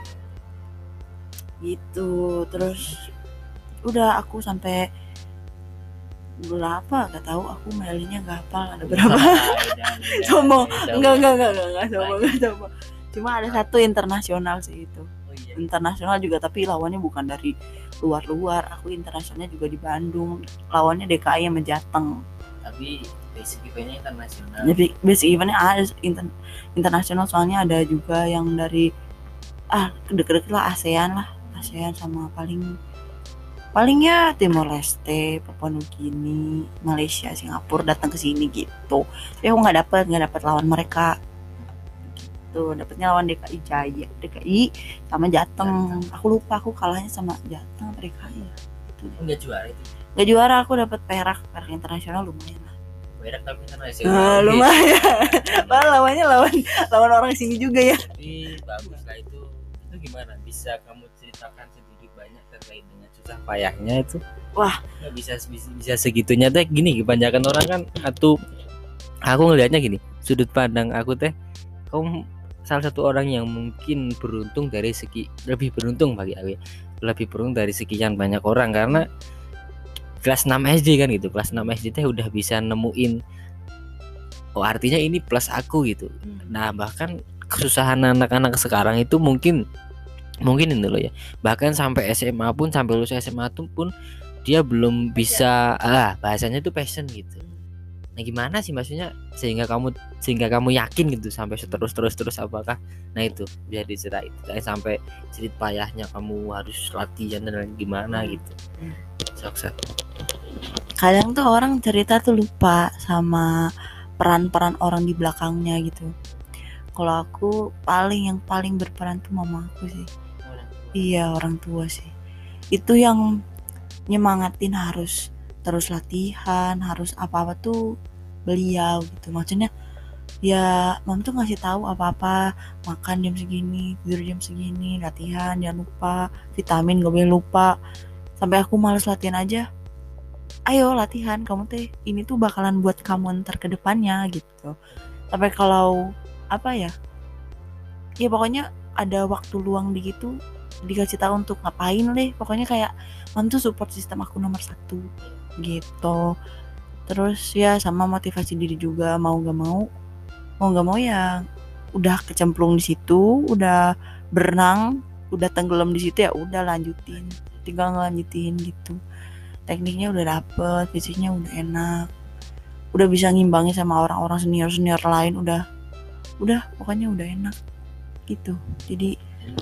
gitu. Terus udah aku sampai berapa gak tahu, aku medalinya gak hafal ada berapa. Sombong, enggak enggak enggak enggak enggak sombong, enggak sombong. Cuma ada satu internasional sih itu. Oh, iya. Internasional juga, tapi lawannya bukan dari luar-luar. Aku internasionalnya juga di Bandung, lawannya D K I sama Jateng. Tapi basic eventnya internasional. Jadi basic eventnya ada inter- internasional, soalnya ada juga yang dari ah deket-deket lah, ASEAN lah, ASEAN sama paling palingnya Timor Leste, Papua Nugini, Malaysia, Singapura datang ke sini gitu. Tapi aku nggak dapet nggak dapet lawan mereka tuh dapatnya lawan D K I Jaya, D K I sama Jateng. Aku lupa aku kalahnya sama Jateng atau D K I ya. Enggak juara itu. Gak juara, aku dapat perak, perak internasional lumayan lah. Perak tapi kan masih. Nah, lumayan. Wah, lawannya lawan lawan orang sini juga ya. Tapi bagus lah itu. Itu gimana? Bisa kamu ceritakan sedikit banyak terkait dengan susah payahnya itu? Wah, nggak bisa, bisa bisa segitunya teh gini. Kebanyakan orang kan atau aku ngelihatnya gini, sudut pandang aku teh, kamu salah satu orang yang mungkin beruntung dari segi lebih beruntung bagi aku, lebih beruntung dari sekian banyak orang karena kelas enam S D kan gitu, kelas enam S D teh udah bisa nemuin oh artinya ini plus aku gitu. Nah bahkan kesusahan anak-anak sekarang itu mungkin mungkin ini loh ya, bahkan sampai S M A pun, sampai lulus S M A tuh pun dia belum bisa ah bahasanya itu passion gitu. Nah gimana sih maksudnya sehingga kamu sehingga kamu yakin gitu sampai terus terus terus apakah nah itu biar diceritain sampai sedikit payahnya kamu harus latihan dan gimana gitu. Sukses. Kadang tuh orang cerita tuh lupa sama peran-peran orang di belakangnya gitu. Kalau aku paling yang paling berperan tuh mama aku sih. Iya, orang tua sih. Itu yang nyemangatin harus terus latihan, harus apa-apa tuh beliau gitu. Maksudnya ya mam tuh ngasih tahu apa-apa, makan jam segini, tidur jam segini, latihan jangan lupa, vitamin gak boleh lupa. Sampai aku malas latihan aja. Ayo latihan, kamu teh ini tuh bakalan buat kamu ntar ke depannya gitu. Sampai kalau apa ya? Ya pokoknya ada waktu luang di gitu dikasih tahu untuk ngapain deh. Pokoknya kayak mam tuh support sistem aku nomor satu gitu. Terus ya sama motivasi diri juga, mau gak mau mau gak mau ya udah kecemplung di situ, udah berenang, udah tenggelam di situ ya udah lanjutin, tinggal ngelanjutin gitu. Tekniknya udah dapet, fisiknya udah enak, udah bisa ngimbangi sama orang-orang senior senior lain, udah udah pokoknya udah enak gitu. Jadi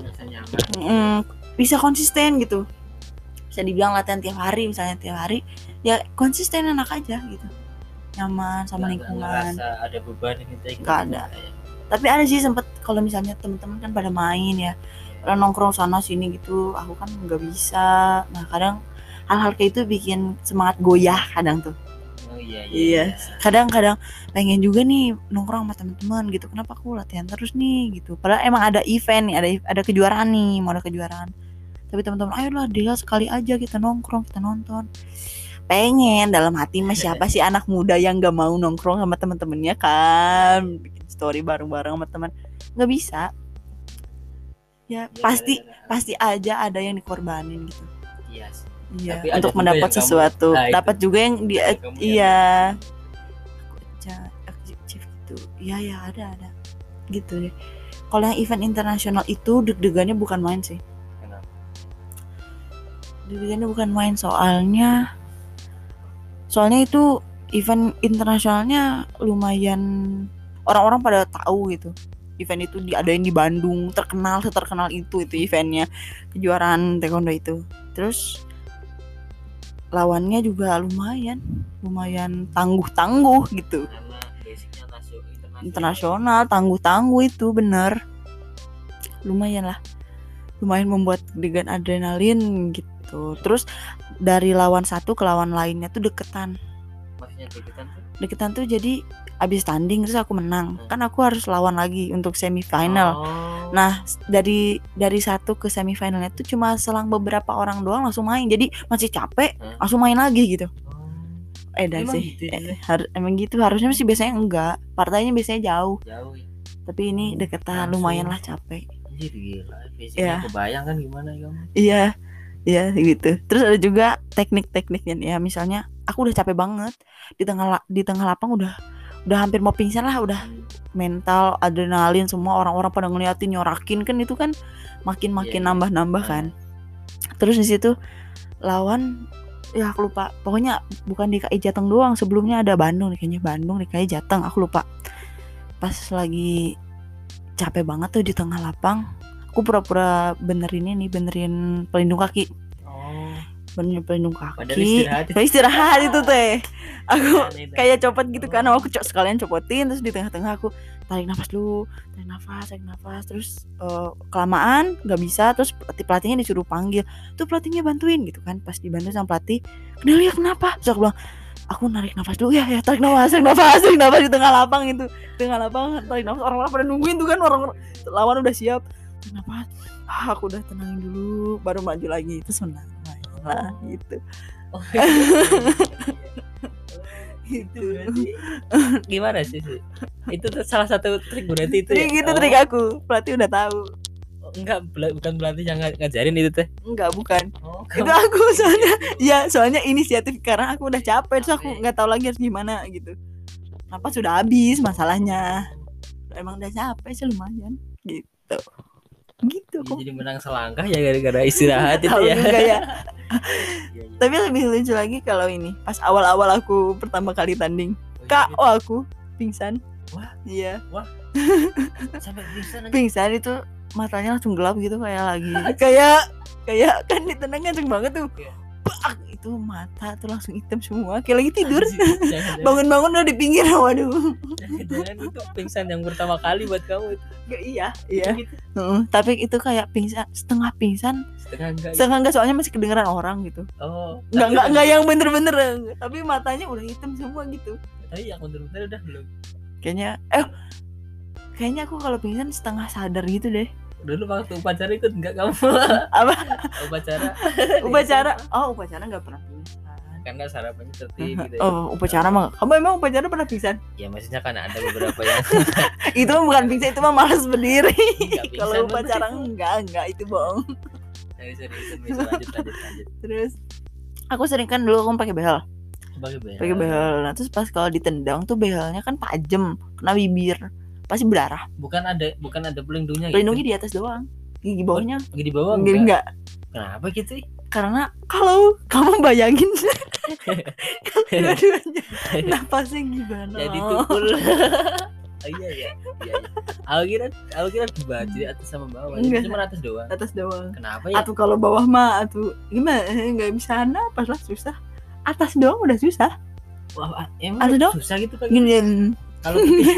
mm, bisa konsisten gitu, bisa dibilang latihan tiap hari, misalnya tiap hari ya konsisten enak aja gitu, nyaman sama nggak, lingkungan, nggak ada beban gitu nggak ada. Tapi ada sih sempet kalau misalnya teman-teman kan pada main ya, pada nongkrong sana sini gitu, aku kan nggak bisa. Nah kadang hal-hal kayak itu bikin semangat goyah kadang tuh. Oh iya iya, Iya, kadang-kadang pengen juga nih nongkrong sama teman-teman gitu, kenapa aku latihan terus nih gitu, padahal emang ada event nih, ada ada kejuaraan nih, mau ada kejuaraan, tapi teman-teman ayolah dia sekali aja kita nongkrong, kita nonton. Pengen dalam hati mah siapa sih anak muda yang gak mau nongkrong sama teman-temannya kan, bikin story bareng-bareng sama teman, nggak bisa ya, Ya, pasti gara-gara. pasti aja ada yang dikorbanin gitu. Iya sih. Iya, Tapi ada untuk juga mendapat yang kamu- sesuatu, nah, itu. dapat juga yang dia Yang kamu iya. Achieve gitu. Iya ya ada ada. Gitu deh. Kalau yang event internasional itu deg-degannya bukan main sih. Kenapa? Deg-degannya bukan main soalnya soalnya itu event internasionalnya lumayan orang-orang pada tahu gitu. Event itu diadain di Bandung, terkenal seterkenal itu itu eventnya, kejuaraan taekwondo itu. Terus lawannya juga lumayan lumayan tangguh-tangguh gitu, Karena basicnya nasional internasional, tangguh-tangguh itu bener, lumayan lah, lumayan membuat deg-degan adrenalin gitu. Terus dari lawan satu ke lawan lainnya tuh deketan maksudnya deketan tuh. deketan tuh jadi abis tanding terus aku menang, kan aku harus lawan lagi untuk semifinal. Oh. Nah dari dari satu ke semifinalnya tuh cuma selang beberapa orang doang langsung main, jadi masih capek Hah? langsung main lagi gitu. Oh, Eh dan Emang sih gitu eh, har- emang gitu harusnya sih, biasanya enggak, partainya biasanya jauh, jauh ya. tapi ini deketan Langsung. lumayan lah capek. Anjir gila, basicnya Iya. kebayang kan gimana kamu. Iya iya gitu. Terus ada juga teknik-tekniknya ya, misalnya aku udah capek banget di tengah la- di tengah lapang, udah udah hampir mau pingsan lah, udah mental adrenalin semua, orang-orang pada ngeliatin nyorakin kan, itu kan makin makin Iya, iya. nambah-nambah kan. Terus di situ lawan ya aku lupa, pokoknya bukan D K I Jateng doang, sebelumnya ada Bandung nih, kayaknya Bandung, D K I Jateng, aku lupa. Pas lagi capek banget tuh di tengah lapang, aku pura-pura benerin ini, benerin pelindung kaki, Oh. benerin pelindung Padahal kaki, istirahat. Padahal istirahat itu teh. Aku Aneh dah. kayak copot gitu kan, aku cok sekalian copotin, terus di tengah-tengah aku tarik nafas dulu, tarik nafas, tarik nafas, terus uh, kelamaan nggak bisa, terus pelatih pelatihnya disuruh panggil, tuh pelatihnya bantuin gitu kan, pas dibantu sama pelatih, kenal ya kenapa, terus aku bilang, aku narik nafas dulu ya, ya tarik nafas, tarik nafas, tarik nafas di tengah lapang itu, tengah lapang tarik nafas, orang-orang pada nungguin tuh kan, orang lawan udah siap, tarik nafas, ah, aku udah tenangin dulu, baru maju lagi, itu menang lah gitu. Oh, itu berarti gimana sih, sih? Itu tuh salah satu trik berarti itu Trik ya? itu trik aku, pelatih udah tahu. Oh, enggak, bela- bukan pelatih yang nga- ngajarin itu teh. Enggak, bukan. Oh, Itu aku soalnya, ya soalnya inisiatif karena aku udah capek, terus aku nggak tahu lagi harus gimana gitu. Apa sudah habis masalahnya? Emang udah capek sih lumayan gitu. Gitu kok. jadi menang selangkah ya gara-gara istirahat itu Tahu ya. juga ya. Tapi lebih lucu lagi kalau ini pas awal-awal aku pertama kali tanding. K O aku pingsan. Wah. Iya. Sampai pingsan aja. Pingsan itu matanya langsung gelap gitu kayak lagi. kayak kayak kan ditendang kenceng banget tuh. Iya. Bak, itu mata tuh langsung hitam semua kayak lagi tidur. Jangan-jangan- Bangun-bangun udah di pinggir, waduh. Jangan itu pingsan yang pertama kali buat kamu itu. Gak, iya, iya. Gitu. Heeh, tapi itu kayak pingsan, setengah pingsan, Setengah enggak. setengah enggak soalnya masih kedengeran orang gitu. Oh. Enggak tapi- enggak enggak yang bener-bener, tapi matanya udah hitam semua gitu. Tapi yang bener-bener udah belum. Kayaknya eh kayaknya aku kalau pingsan setengah sadar gitu deh. Dulu waktu upacara ikut enggak kamu? Apa? Upacara. Upacara. Oh, upacara enggak pernah pingsan. Karena sarapannya tertib gitu ya. Oh, upacara mah. Kamu emang upacara pernah pingsan? Ya maksudnya kan ada beberapa yang Itu mah bukan pingsan, itu mah malas berdiri. Enggak pingsan, Kalau bener. upacara enggak, enggak itu bohong. serius-serius bisa lanjut lanjut lanjut. Terus aku sering kan dulu aku pakai behel. Sebagai behel. Pakai behel. Nah, terus pas kalau ditendang tuh behelnya kan tajam, kena bibir. Pasti berdarah. Bukan ada bukan ada pelindungnya Pelindungnya gitu. di atas doang. Gigi bawahnya Lagi di bawah enggak. enggak? enggak. Kenapa gitu? Karena kalau kamu bayangin dua-duanya napasnya gimana? Jadi tukul. Oh, iya ya. Iya. Aku kira aku kira dibagi di atas sama bawah. Enggak. Cuma atas doang. Atas doang. Kenapa ya? Atau kalau bawah mah atau gimana? Enggak bisa napas lah, susah. Atas doang udah susah. Wah, emang Atas doang? susah gitu kan? Gini. Kalau putih.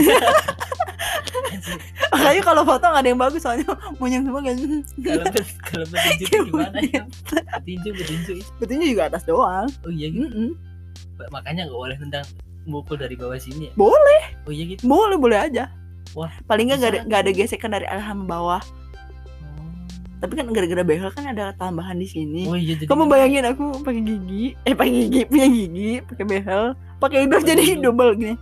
Makanya kalau foto nggak ada yang bagus soalnya monyong semua kan. Kalau pet- kalau petinju itu gimana ya? Petinju petinju. Betulnya juga atas doang. Oh iya gitu. Mm-mm. Makanya nggak boleh tendang mukul dari bawah sini ya? Boleh. Oh iya gitu. Boleh boleh aja. Wah, Paling nggak nggak ada bisa. nggak ada gesekan dari atas sama bawah. Tapi kan gara-gara behel kan ada tambahan di sini. Oh iya jadi Kamu bayangin aku pakai gigi, eh pakai gigi, punya gigi, pakai behel, pakai hidung Pakai jadi hidung. double gini.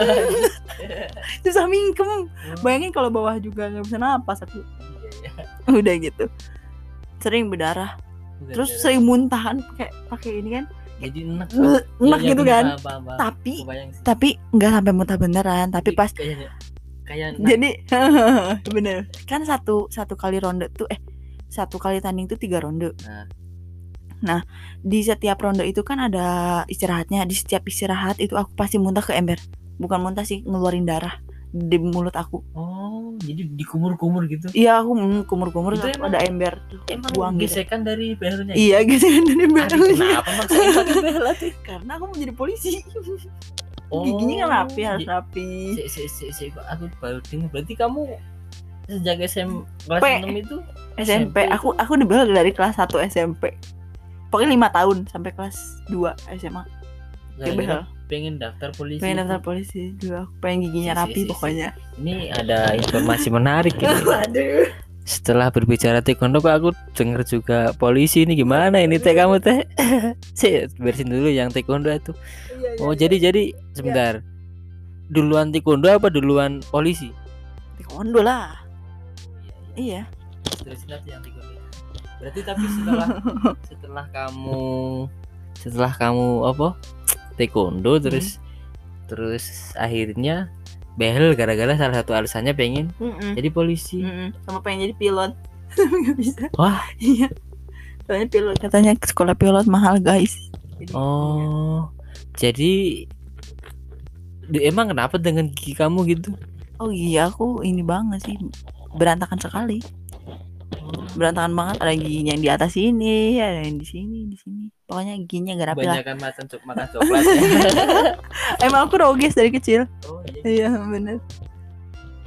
Susah mingkem. Bayangin kalau bawah juga nggak bisa napas aku. Iya, iya. Udah gitu. Sering berdarah. Bukan Terus darah. sering muntahan pakai pakai ini kan. jadi enak. Enak gitu kan. Apa, Tapi Kebayang sih. tapi nggak sampai muntah beneran. Tapi Jadi pas kayaknya kayak jadi bener kan satu satu kali ronde tuh eh satu kali tanding tuh tiga ronde. Nah. Nah, di setiap ronde itu kan ada istirahatnya. Di setiap istirahat itu aku pasti muntah ke ember. Bukan muntah sih, ngeluarin darah di mulut aku. Oh, jadi dikumur-kumur gitu. Iya, aku mm, kumur-kumur Itu terus emang- ada ember tuh. Emang buang gitu. gesekan dari behelnya. Iya, gitu dari Aduh, bernya. kenapa maksain pakai behel tuh? Karena aku mau jadi polisi. Oh, Giginya kan rapi, harus j- rapi. Si, si, si, si, kok aku baru dengar. Berarti kamu sejak S M kelas P. enam itu S M P, aku aku dibel dari kelas satu S M P. Pokoknya lima tahun sampai kelas dua S M A. Kayak behel. gara-gara pengen daftar polisi. Pengen daftar polisi dulu, aku pengen giginya Si, si, rapi si, si. pokoknya. Ini ada informasi menarik ini. Waduh. Setelah berbicara taekwondo kok aku denger juga polisi ini gimana ini teh kamu teh. Sih, bersihin dulu yang taekwondo itu. Oh, jadi jadi sebentar. Duluan taekwondo apa duluan polisi? Taekwondo lah. Iya. Terusin aja yang taekwondo. Berarti tapi setelah setelah kamu setelah kamu apa? Taekwondo terus terus akhirnya behel gara-gara salah satu alasannya pengen Mm-mm. jadi polisi. Mm-mm. Sama pengen jadi pilot. Nggak bisa. Wah. Iya. Soalnya pilot katanya sekolah pilot mahal guys. Jadi, Oh, jadi di- emang kenapa dengan gigi kamu gitu? oh iya aku ini banget sih berantakan sekali. Berantakan banget, ada giginya yang di atas sini, ada yang di sini, di sini. Pokoknya giginya gak rapi lah. Kebanyakan makan cok makan coklat. Emang aku roges dari kecil. Oh iya. Iya bener.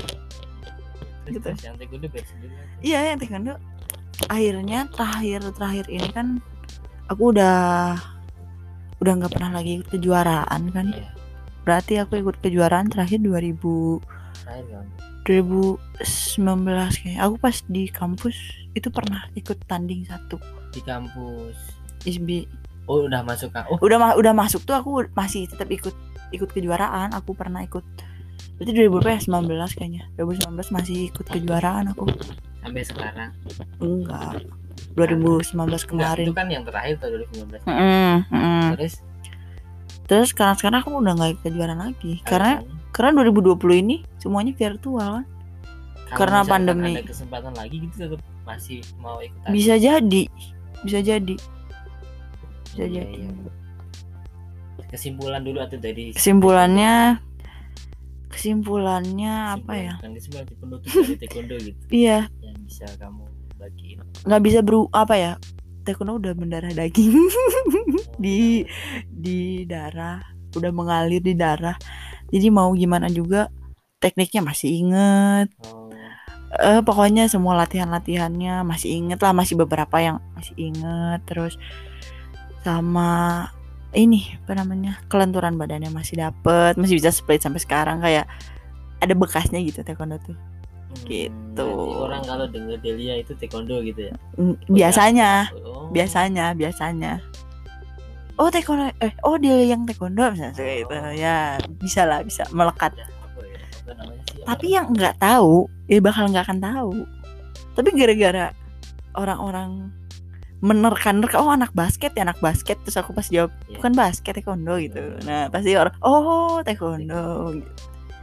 Terus gitu. terus yang taekwondo biar sendiri aja. Iya yang taekwondo akhirnya terakhir terakhir ini kan aku udah udah nggak pernah lagi ikut kejuaraan kan. Iya, Berarti aku ikut kejuaraan terakhir dua ribu terakhir kan. dua ribu sembilan belas kayaknya. Aku pas di kampus itu pernah ikut tanding satu Di kampus. I S B. Oh, udah masuk kan. Oh, Udah ma- udah masuk tuh aku masih tetap ikut ikut kejuaraan. Aku pernah ikut. Berarti dua ribu sembilan belas kayaknya. dua ribu sembilan belas masih ikut kejuaraan aku. sampai sekarang. Enggak. dua ribu sembilan belas Enggak, kemarin. itu kan yang terakhir tahun dua ribu sembilan belas. Mm-mm, mm-mm. Terus Terus sekarang sekarang aku udah nggak ikut kejuaraan lagi. Karena alasannya, karena dua ribu dua puluh ini semuanya virtual kan. kalau karena misalkan pandemi. ada kesempatan lagi gitu tetap masih mau ikutan. Bisa jadi. Bisa jadi. Bisa Iya, jadi. iya. Kesimpulan dulu atau dari Kesimpulannya kesimpulannya apa ya? Kesimpulan, kesimpulan di penutup dari taekwondo gitu Iya, yang bisa kamu bagiin. nggak bisa beru apa ya? Taekwondo udah mendarah daging di di darah, udah mengalir di darah. Jadi mau gimana juga tekniknya masih inget. Oh, Eh pokoknya semua latihan-latihannya masih inget lah, masih beberapa yang masih inget. Terus sama ini apa namanya, kelenturan badannya masih dapet, masih bisa split sampai sekarang, kayak ada bekasnya gitu taekwondo tuh. hmm, Gitu. berarti orang kalau denger Delia itu taekwondo gitu ya. Mm, biasanya Oh, biasanya biasanya oh taekwondo eh oh dia yang taekwondo misalnya kayak gitu ya, bisa lah, bisa melekat. ya, apa ya? Apa namanya sih? Tapi yang nggak tahu ya bakal nggak akan tahu, tapi gara-gara orang-orang menerka-nerka, oh anak basket ya anak basket, terus aku pas jawab Iya. bukan basket taekwondo gitu, nah pasti orang oh taekwondo gitu.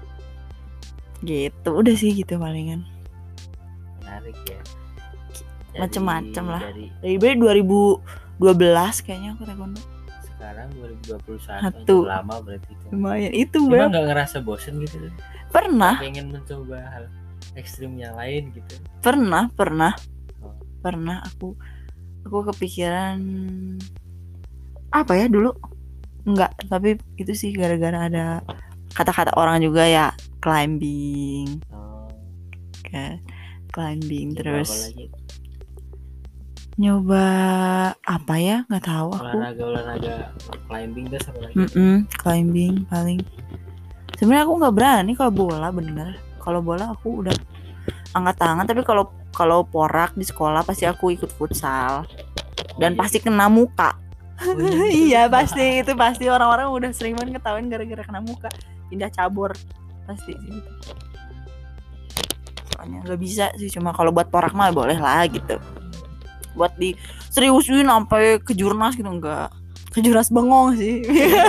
Gitu udah sih gitu palingan. Menarik ya. Dari- Macem-macem lah. Dari Dari dua ribu dua belas kayaknya aku taekwondo. sekarang dua ribu dua puluh satu Satu. lama berarti itu. Lumayan itu Emang bro. nggak ngerasa bosen gitu? Pernah, Pengen mencoba hal ekstrim yang lain gitu. pernah, pernah, Oh. pernah aku aku kepikiran apa ya dulu? Enggak, tapi itu sih gara-gara ada kata-kata orang juga ya, climbing, Oh, kan, climbing coba apa terus lagi? nyoba apa ya? Nggak tahu aku. Olahraga olahraga climbing terus apa lagi? Mm-mm, climbing paling. Sebenarnya aku nggak berani kalau bola, bener. Kalau bola aku udah angkat tangan, tapi kalau kalau porak di sekolah pasti aku ikut futsal dan iya. pasti kena muka. Oh, iya. Iya pasti, itu pasti orang-orang udah sering banget ketahuan gara-gara kena muka, pindah cabur pasti sih. Soalnya nggak bisa sih, cuma kalau buat porak mah boleh lah gitu. Buat di seriusin sampai ke jurnas gitu enggak. Ke jurnas bengong sih.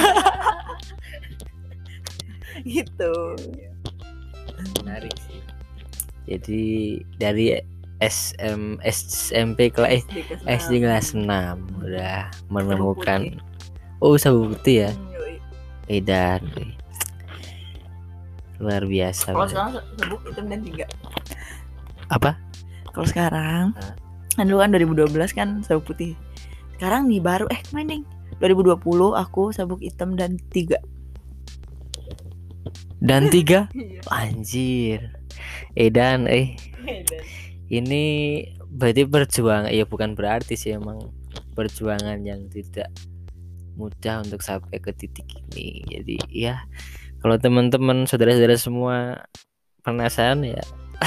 Gitu. Menarik sih. Jadi dari S M S M P kelas S D kelas enam udah menemukan oh sabu putih ya. Edan. Luar biasa. Kalau bener. sekarang sabuk hitam dan tiga. Apa? Kalau sekarang, Hah? kan dulu kan dua ribu dua belas kan sabuk putih. Sekarang nih baru eh kemarin ding dua ribu dua puluh aku sabuk hitam dan tiga. Dan tiga? Iya. Anjir. Edan eh ini berarti perjuangan ya, bukan berarti sih, emang perjuangan yang tidak mudah untuk sampai ke titik ini. Jadi ya kalau teman-teman saudara-saudara semua penasaran ya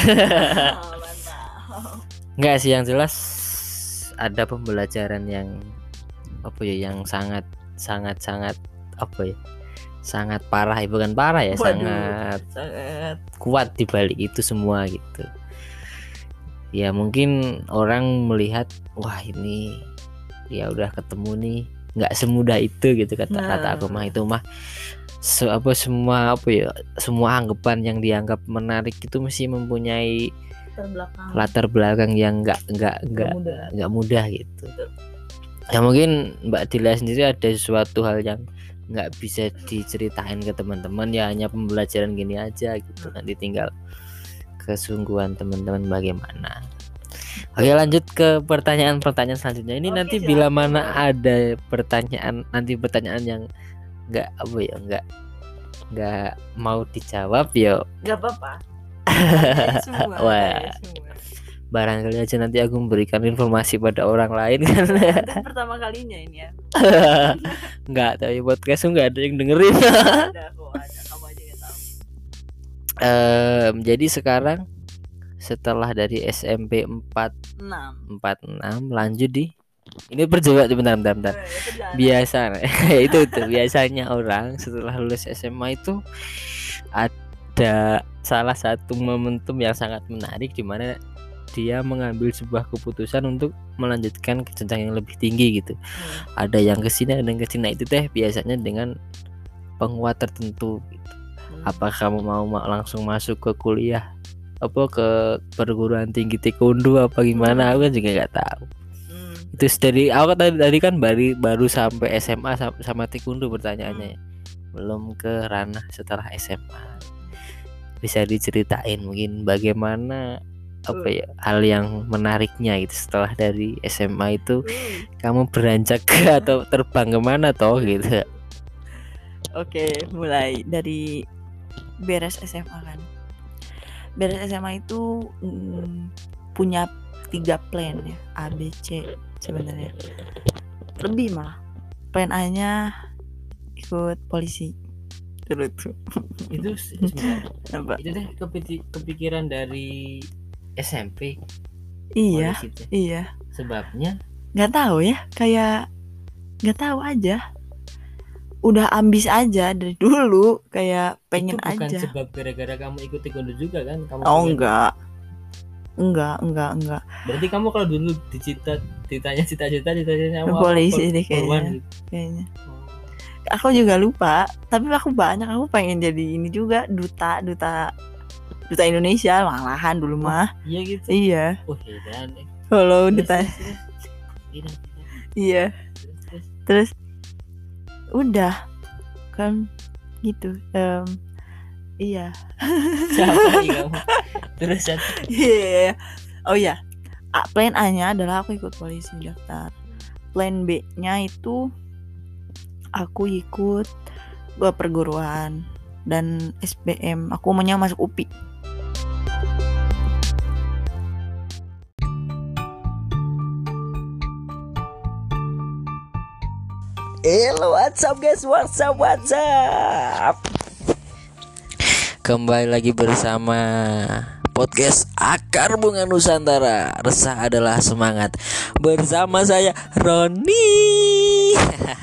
enggak sih, yang jelas ada pembelajaran yang apa ya, yang sangat sangat sangat apa ya, sangat parah ya, bukan parah ya, Waduh. sangat Sangat. kuat di balik itu semua gitu. Ya mungkin orang melihat wah ini ya udah ketemu nih, nggak semudah itu gitu kata Nah. kata aku mah, itu mah se apa semua apa ya, semua anggapan yang dianggap menarik itu mesti mempunyai Terbelakang. latar belakang yang nggak nggak nggak mudah. nggak mudah gitu. Ya mungkin Mbak Dila sendiri ada sesuatu hal yang nggak bisa diceritain ke teman-teman, ya hanya pembelajaran gini aja gitu. Nanti tinggal kesungguhan teman-teman bagaimana. Oke, lanjut ke pertanyaan-pertanyaan selanjutnya. Ini Oke, nanti silakan. bila mana ada pertanyaan, nanti pertanyaan yang nggak apa ya, nggak nggak mau dijawab ya Gak apa-apa. semua, Wah. ada semua. Barangkali aja nanti aku memberikan informasi pada orang lain kan. Itu pertama kalinya ini ya. Enggak, tapi podcast enggak ada yang dengerin. Ada kok, ada, kamu aja yang tahu. Em, jadi sekarang setelah dari S M P empat Enam. empat enam lanjut di ini percoba bentar bentar bentar. Eh, perjalanan. Biasa itu tuh biasanya orang setelah lulus S M A itu ada salah satu momentum yang sangat menarik di mana dia mengambil sebuah keputusan untuk melanjutkan ke jenjang yang lebih tinggi gitu. Hmm. Ada yang kesini ada yang kesini. Nah, itu teh biasanya dengan penguat tertentu gitu. Hmm. Apa kamu mau ma- langsung masuk ke kuliah apa ke perguruan tinggi taekwondo apa gimana, aku kan juga nggak tahu. Hmm. Itu dari aku tadi, tadi kan baru baru sampai S M A sama, sama taekwondo pertanyaannya ya. Belum ke ranah setelah S M A. Bisa diceritain mungkin bagaimana apa ya hal yang menariknya gitu setelah dari S M A itu kamu beranjak ke atau terbang kemana toh gitu. Oke, mulai dari beres S M A kan. Beres S M A itu mm, punya tiga plan ya, A B C sebenarnya. Lebih malah. Plan A-nya ikut polisi. Dulu tuh. Itu sebenarnya Apa? itu deh kepiti- kepikiran dari S M P. Iya, polisi teh. iya. Sebabnya Nggak tahu ya, kayak nggak tahu aja. Udah ambis aja dari dulu, kayak pengen itu bukan aja. sebab gara-gara kamu ikut taekwondo juga kan kamu Oh pengen- enggak. Enggak, enggak, enggak. Berarti kamu kalau dulu dicita ditanya cita-cita cita-citanya apa? Polisi Pol- deh kayaknya. poluan gitu. Kayaknya. Aku juga lupa, tapi aku banyak aku pengen jadi ini juga duta, duta duta Indonesia malahan dulu mah. Iya gitu. Iya. Wah, heran. eh. Kalau Terus, ditanya, terus, terus. Heran, heran. iya. Terus, terus. Terus udah kan gitu. Em, iya. Siapa nih kamu? Terus satu. Iya. Oh iya. A- Plan A-nya adalah aku ikut polisi daftar. Plan B-nya itu aku ikut ke perguruan dan S B M. Aku maunya masuk U P I. Hello, what's up guys? What's up? What's up? Kembali lagi bersama podcast Akar Bunga Nusantara. Resah adalah semangat. Bersama saya Roni.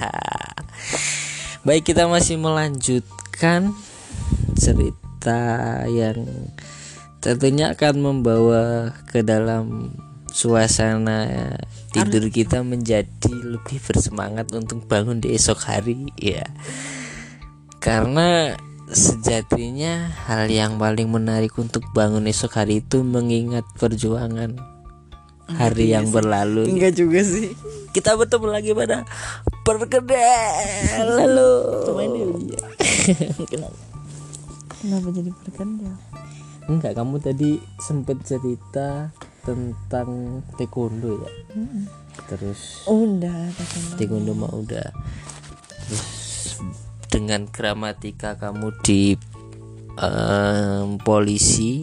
Baik, kita masih melanjutkan cerita yang tentunya akan membawa ke dalam suasana tidur kita menjadi lebih bersemangat untuk bangun di esok hari ya. Karena sejatinya hal yang paling menarik untuk bangun esok hari itu mengingat perjuangan hari yang berlalu. Enggak juga sih. Kita bertemu lagi pada perkedel lalu. Kenapa? Kenapa jadi perkedel? Enggak, kamu tadi sempat cerita tentang taekwondo ya. Hmm. Terus Udah, taekwondo mah udah. Terus dengan gramatika kamu di em, polisi.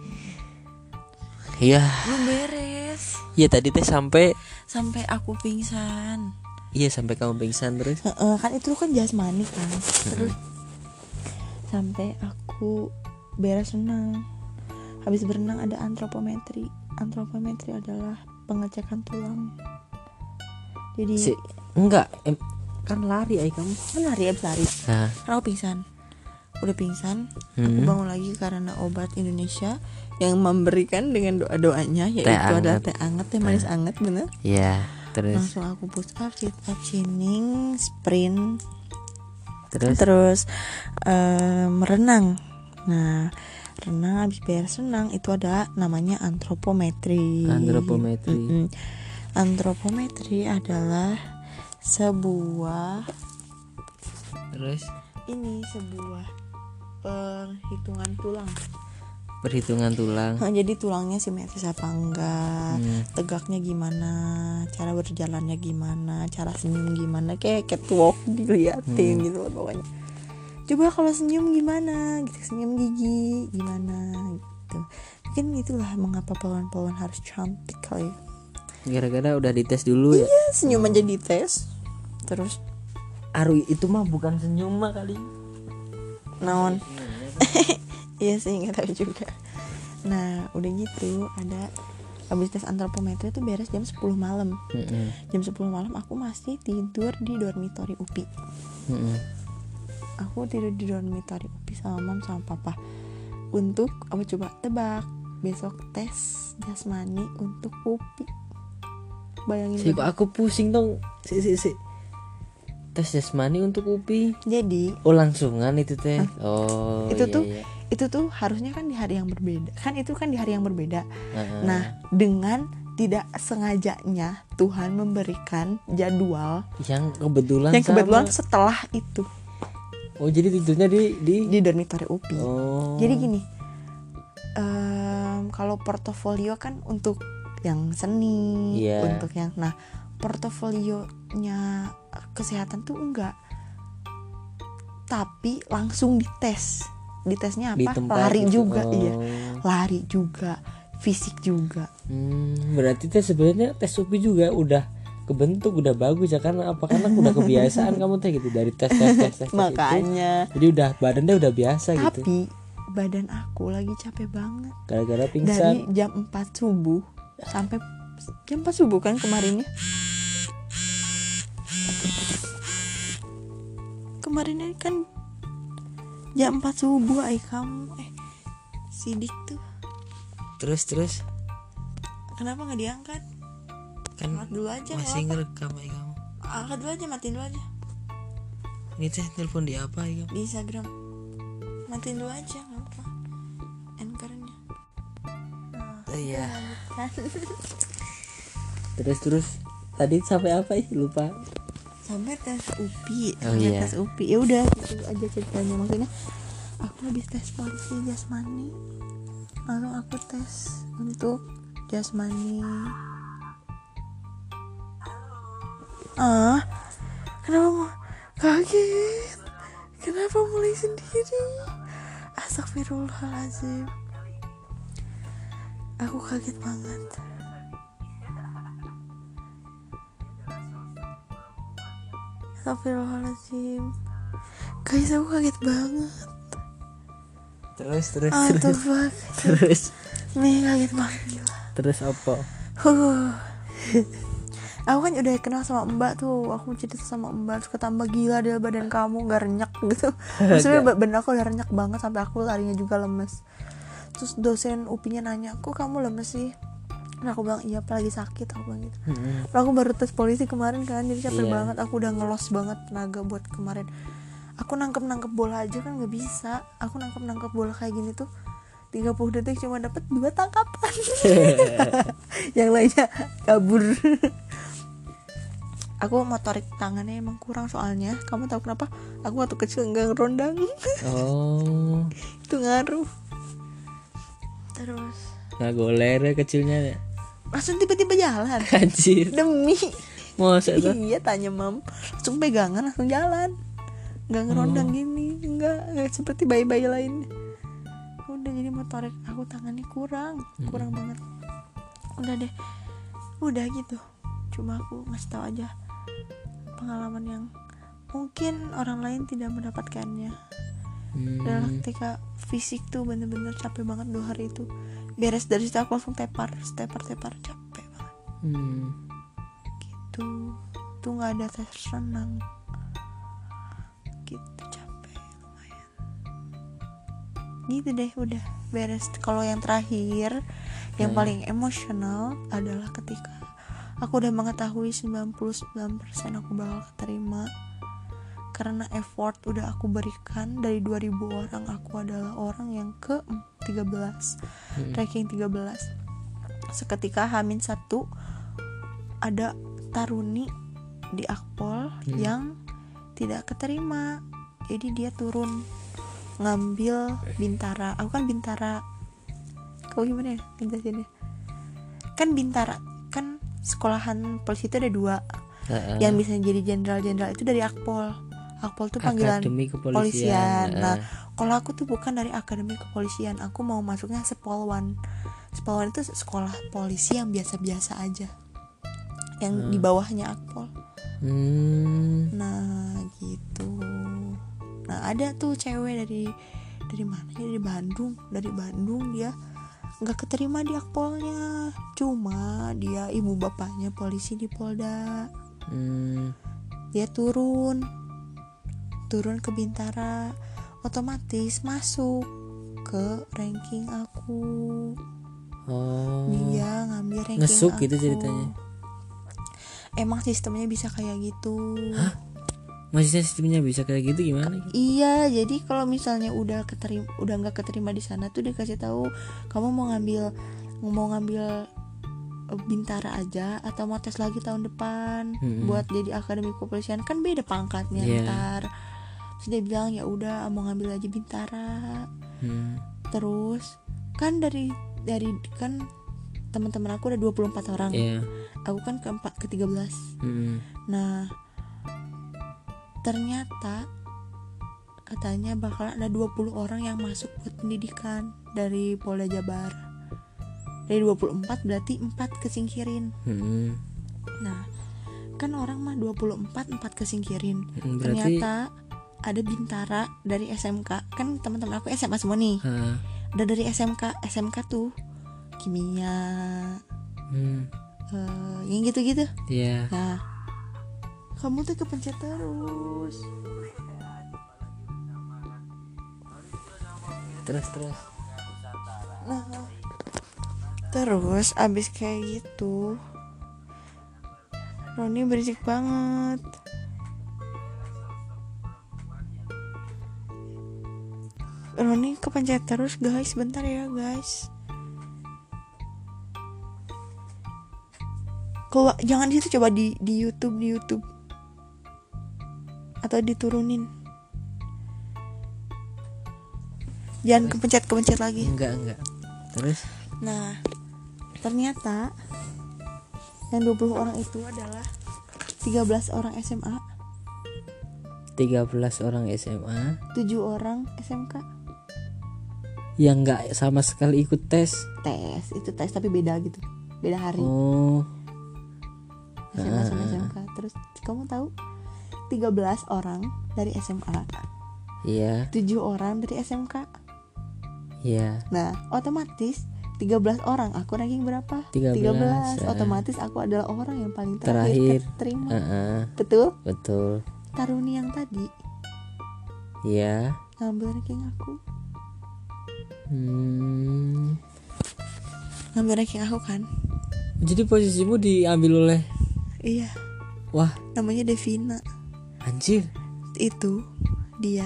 Ya, belum beres. ya tadi teh sampai Sampai aku pingsan. iya sampai kamu pingsan terus. Heeh, kan itu kan jasmani kan. Terus sampai aku beres renang. Habis berenang ada antropometri. Antropometri adalah pengecekan tulang. Jadi Si, enggak, em, kan lari ay kamu. kan lari habis lari. Nah, Kan aku pingsan. Udah pingsan, aku hmm, bangun lagi karena obat Indonesia yang memberikan dengan doa-doanya yaitu Teh adalah anget. teh anget, teh manis anget, bener. ya terus Langsung aku push up, sit up, chinning, sprint, terus terus em, renang. Nah, renang habis beres renang itu ada namanya antropometri. Antropometri. Mm-mm. Antropometri adalah sebuah terus ini sebuah perhitungan tulang. perhitungan tulang. Nah, jadi tulangnya simetris apa enggak, Hmm. tegaknya gimana, cara berjalannya gimana, cara senyum gimana, kayak catwalk diliatin Hmm. gitu loh pokoknya. Coba kalau senyum gimana, gitu, senyum gigi gimana, gitu. gitu. Mungkin itulah mengapa poluan-poluan harus cantik kali ya. Gara-gara udah dites dulu ya. Iya, senyum aja dites. Terus Aru itu mah bukan senyum mah kali. naon? Iya sih, nggak tahu juga. Nah udah gitu ada habis tes antropometri itu beres jam sepuluh malam. Mm-mm. Jam sepuluh malam aku masih tidur di dormitory U P I. Mm-mm. Aku tidur di dormitory U P I sama mam sama papa. Untuk apa coba tebak, besok tes jasmani untuk U P I. Bayangin Si kok banget. aku pusing dong. Si si si. Tes jasmani untuk U P I. Jadi Oh langsungan itu teh. Oh itu iya, tuh iya. itu tuh harusnya kan di hari yang berbeda. Kan itu kan di hari yang berbeda. Heeh. Nah, dengan tidak sengajanya Tuhan memberikan jadwal yang kebetulan yang kebetulan sama. setelah itu Oh jadi tidurnya di di di dormitory U P I. Oh. Jadi gini, em, kalau portofolio kan untuk yang seni, Iya. untuk yang nah portofolionya kesehatan tuh enggak, tapi langsung dites. Ditesnya Di apa? tempat Lari itu. juga, Oh. iya, lari juga, fisik juga. Hmm, berarti teh sebenarnya tes U P I juga udah kebentuk, udah bagus ya, karena apa, karena udah kebiasaan kamu teh gitu dari tes tes tes tes, tes Makanya. itu. Jadi udah badannya udah biasa gitu. Tapi badan aku lagi capek banget. Gara-gara Dari pingsan. jam empat subuh sampai jam empat subuh kan kemarinnya. Kemarinnya kan jam empat subuh ay kamu eh sidik tuh. Terus terus Kenapa nggak diangkat? kan Angkat dulu aja. masih nggak ngerekam ya kamu. apa-apa. Angkat dulu aja, matiin dulu aja Ini teh telepon di apa ya kamu? di Instagram. Matiin dulu aja nggak apa. Anchornya. Oh, iya. Kan? Terus terus tadi sampai apa ya, lupa. Sampai tes U P I, Oh, sampai iya. tes U P I. Ya udah gitu aja ceritanya. Maksudnya aku habis tes polisi jasmani, lalu aku tes untuk jasmani. Ah, kenapa mau kaget? Kenapa mulai sendiri? Astagfirullahaladzim. Aku kaget banget. Astagfirullahaladzim. Guys, aku kaget banget. Terus terus Ah, terus tuh fuck. terus Nih kaget banget gila. terus apa? Huh. Aku kan udah kenal sama Mbak tuh. Aku cerita sama Mbak, terus ketambah gila dia badan kamu gak renyak gitu. Maksudnya ba- badan aku udah renyak banget sampai aku larinya juga lemes. Terus dosen U P I-nya nanya, "Kok kamu lemes sih?" Nah, aku bilang, "Iya, apa lagi sakit," aku bilang gitu. Hmm. Aku baru tes polisi kemarin kan, jadi capek Iya. banget. Aku udah ngelos banget tenaga buat kemarin. Aku nangkep-nangkep bola aja kan nggak bisa. Aku nangkep-nangkep bola kayak gini tuh tiga puluh detik cuma dapat dua tangkapan. Yang lainnya kabur. Aku motorik tangannya emang kurang soalnya. Kamu tahu kenapa? Aku waktu kecil enggak ngerondang. Oh, Itu ngaruh. Terus nggak goler ya kecilnya ya. langsung tiba-tiba jalan. Anjir. Demi Masa tuh? iya, tanya mam, langsung pegangan langsung jalan, nggak ngerondang gini, nggak nggak seperti bayi-bayi lain. Udah, jadi motorik aku tangannya kurang kurang banget. Udah deh, udah gitu. Cuma aku ngasih tahu aja pengalaman yang mungkin orang lain tidak mendapatkannya. Adalah Hmm. ketika fisik tuh bener-bener capek banget dua hari itu. Beres dari situ aku langsung tepar, tepar tepar capek banget. Hmm. Tuh tuh nggak ada tes renang gitu, capek lumayan gitu deh. Udah beres. Kalau yang terakhir yang Hmm. paling emosional adalah ketika aku udah mengetahui sembilan puluh sembilan persen aku bakal keterima karena effort udah aku berikan. Dari dua ribu orang aku adalah orang yang ke tiga belas, Hmm. ranking tiga belas. Seketika Hamin satu ada taruni di Akpol Hmm. yang tidak keterima, jadi dia turun ngambil Bintara. Aku kan Bintara, kau gimana ya ngejelasinnya? Kan Bintara kan sekolahan polisi itu ada dua. Heeh. Yang bisa jadi jenderal-jenderal itu dari Akpol. Akpol tuh panggilan Akademi polisian. kepolisian. Nah, Heeh. Kalau aku tuh bukan dari akademi kepolisian, aku mau masuknya Spolwan. Spolwan itu sekolah polisi yang biasa-biasa aja, yang Hmm. di bawahnya Akpol. Hmm. Nah gitu. Nah ada tuh cewek dari dari mana ya, dari Bandung, dari Bandung dia nggak keterima di Akpolnya, cuma dia ibu bapaknya polisi di Polda. Hmm. Dia turun turun ke Bintara, otomatis masuk ke ranking aku. Oh. Dia ngambil ranking Ngesuk aku. gitu ceritanya. Emang sistemnya bisa kayak gitu. Hah? Masih sistemnya bisa kayak gitu gimana? Iya, jadi kalau misalnya udah keterima, udah nggak keterima di sana tuh dikasih tahu kamu mau ngambil mau ngambil eh, Bintara aja atau mau tes lagi tahun depan Mm-mm. buat jadi akademi kepolisian, kan beda pangkatnya Iya. ntar. Terus dia bilang ya udah mau ngambil aja Bintara. Hmm. Terus kan dari dari kan teman-teman aku ada dua puluh empat orang. Iya. Aku kan keempat ke tiga belas. Hmm. Nah, ternyata katanya bakal ada dua puluh orang yang masuk buat pendidikan dari Polda Jabar. Dari dua puluh empat berarti empat kesingkirin. Hmm. Nah, kan orang mah dua puluh empat, empat kesingkirin. Hmm, berarti Ternyata ada Bintara dari S M K. Kan teman-teman aku S M A semua nih. ha. Ada dari S M K. S M K tuh kimia, Hmm. eh, yang gitu-gitu. Iya. Nah, kamu tuh kepencet terus. Terus terus. Nah, terus abis kayak gitu, Roni berisik banget. Roni kepencet terus guys, bentar ya guys. Keluar, jangan di situ, coba di di YouTube, di YouTube atau diturunin. Jangan kepencet kepencet lagi. Enggak enggak. Terus Nah, ternyata yang dua puluh orang itu adalah tiga belas orang S M A, tiga belas orang S M A tujuh orang S M K. yang enggak sama sekali ikut tes. Tes, itu tes tapi beda gitu. Beda hari. Oh. S M A sama S M K. Terus kamu tahu tiga belas orang dari S M A, Iya. tujuh orang dari S M K. Iya. Nah, otomatis tiga belas orang, aku ranking berapa? tiga belas, eh. Otomatis aku adalah orang yang paling Terakhir. terakhir terima. Heeh. Betul? Betul. Taruni yang tadi Iya. ngambil ranking aku. Hmm. Ngambil ranking aku kan? Jadi posisimu diambil oleh Iya, wah, namanya Devina. anjir. Itu dia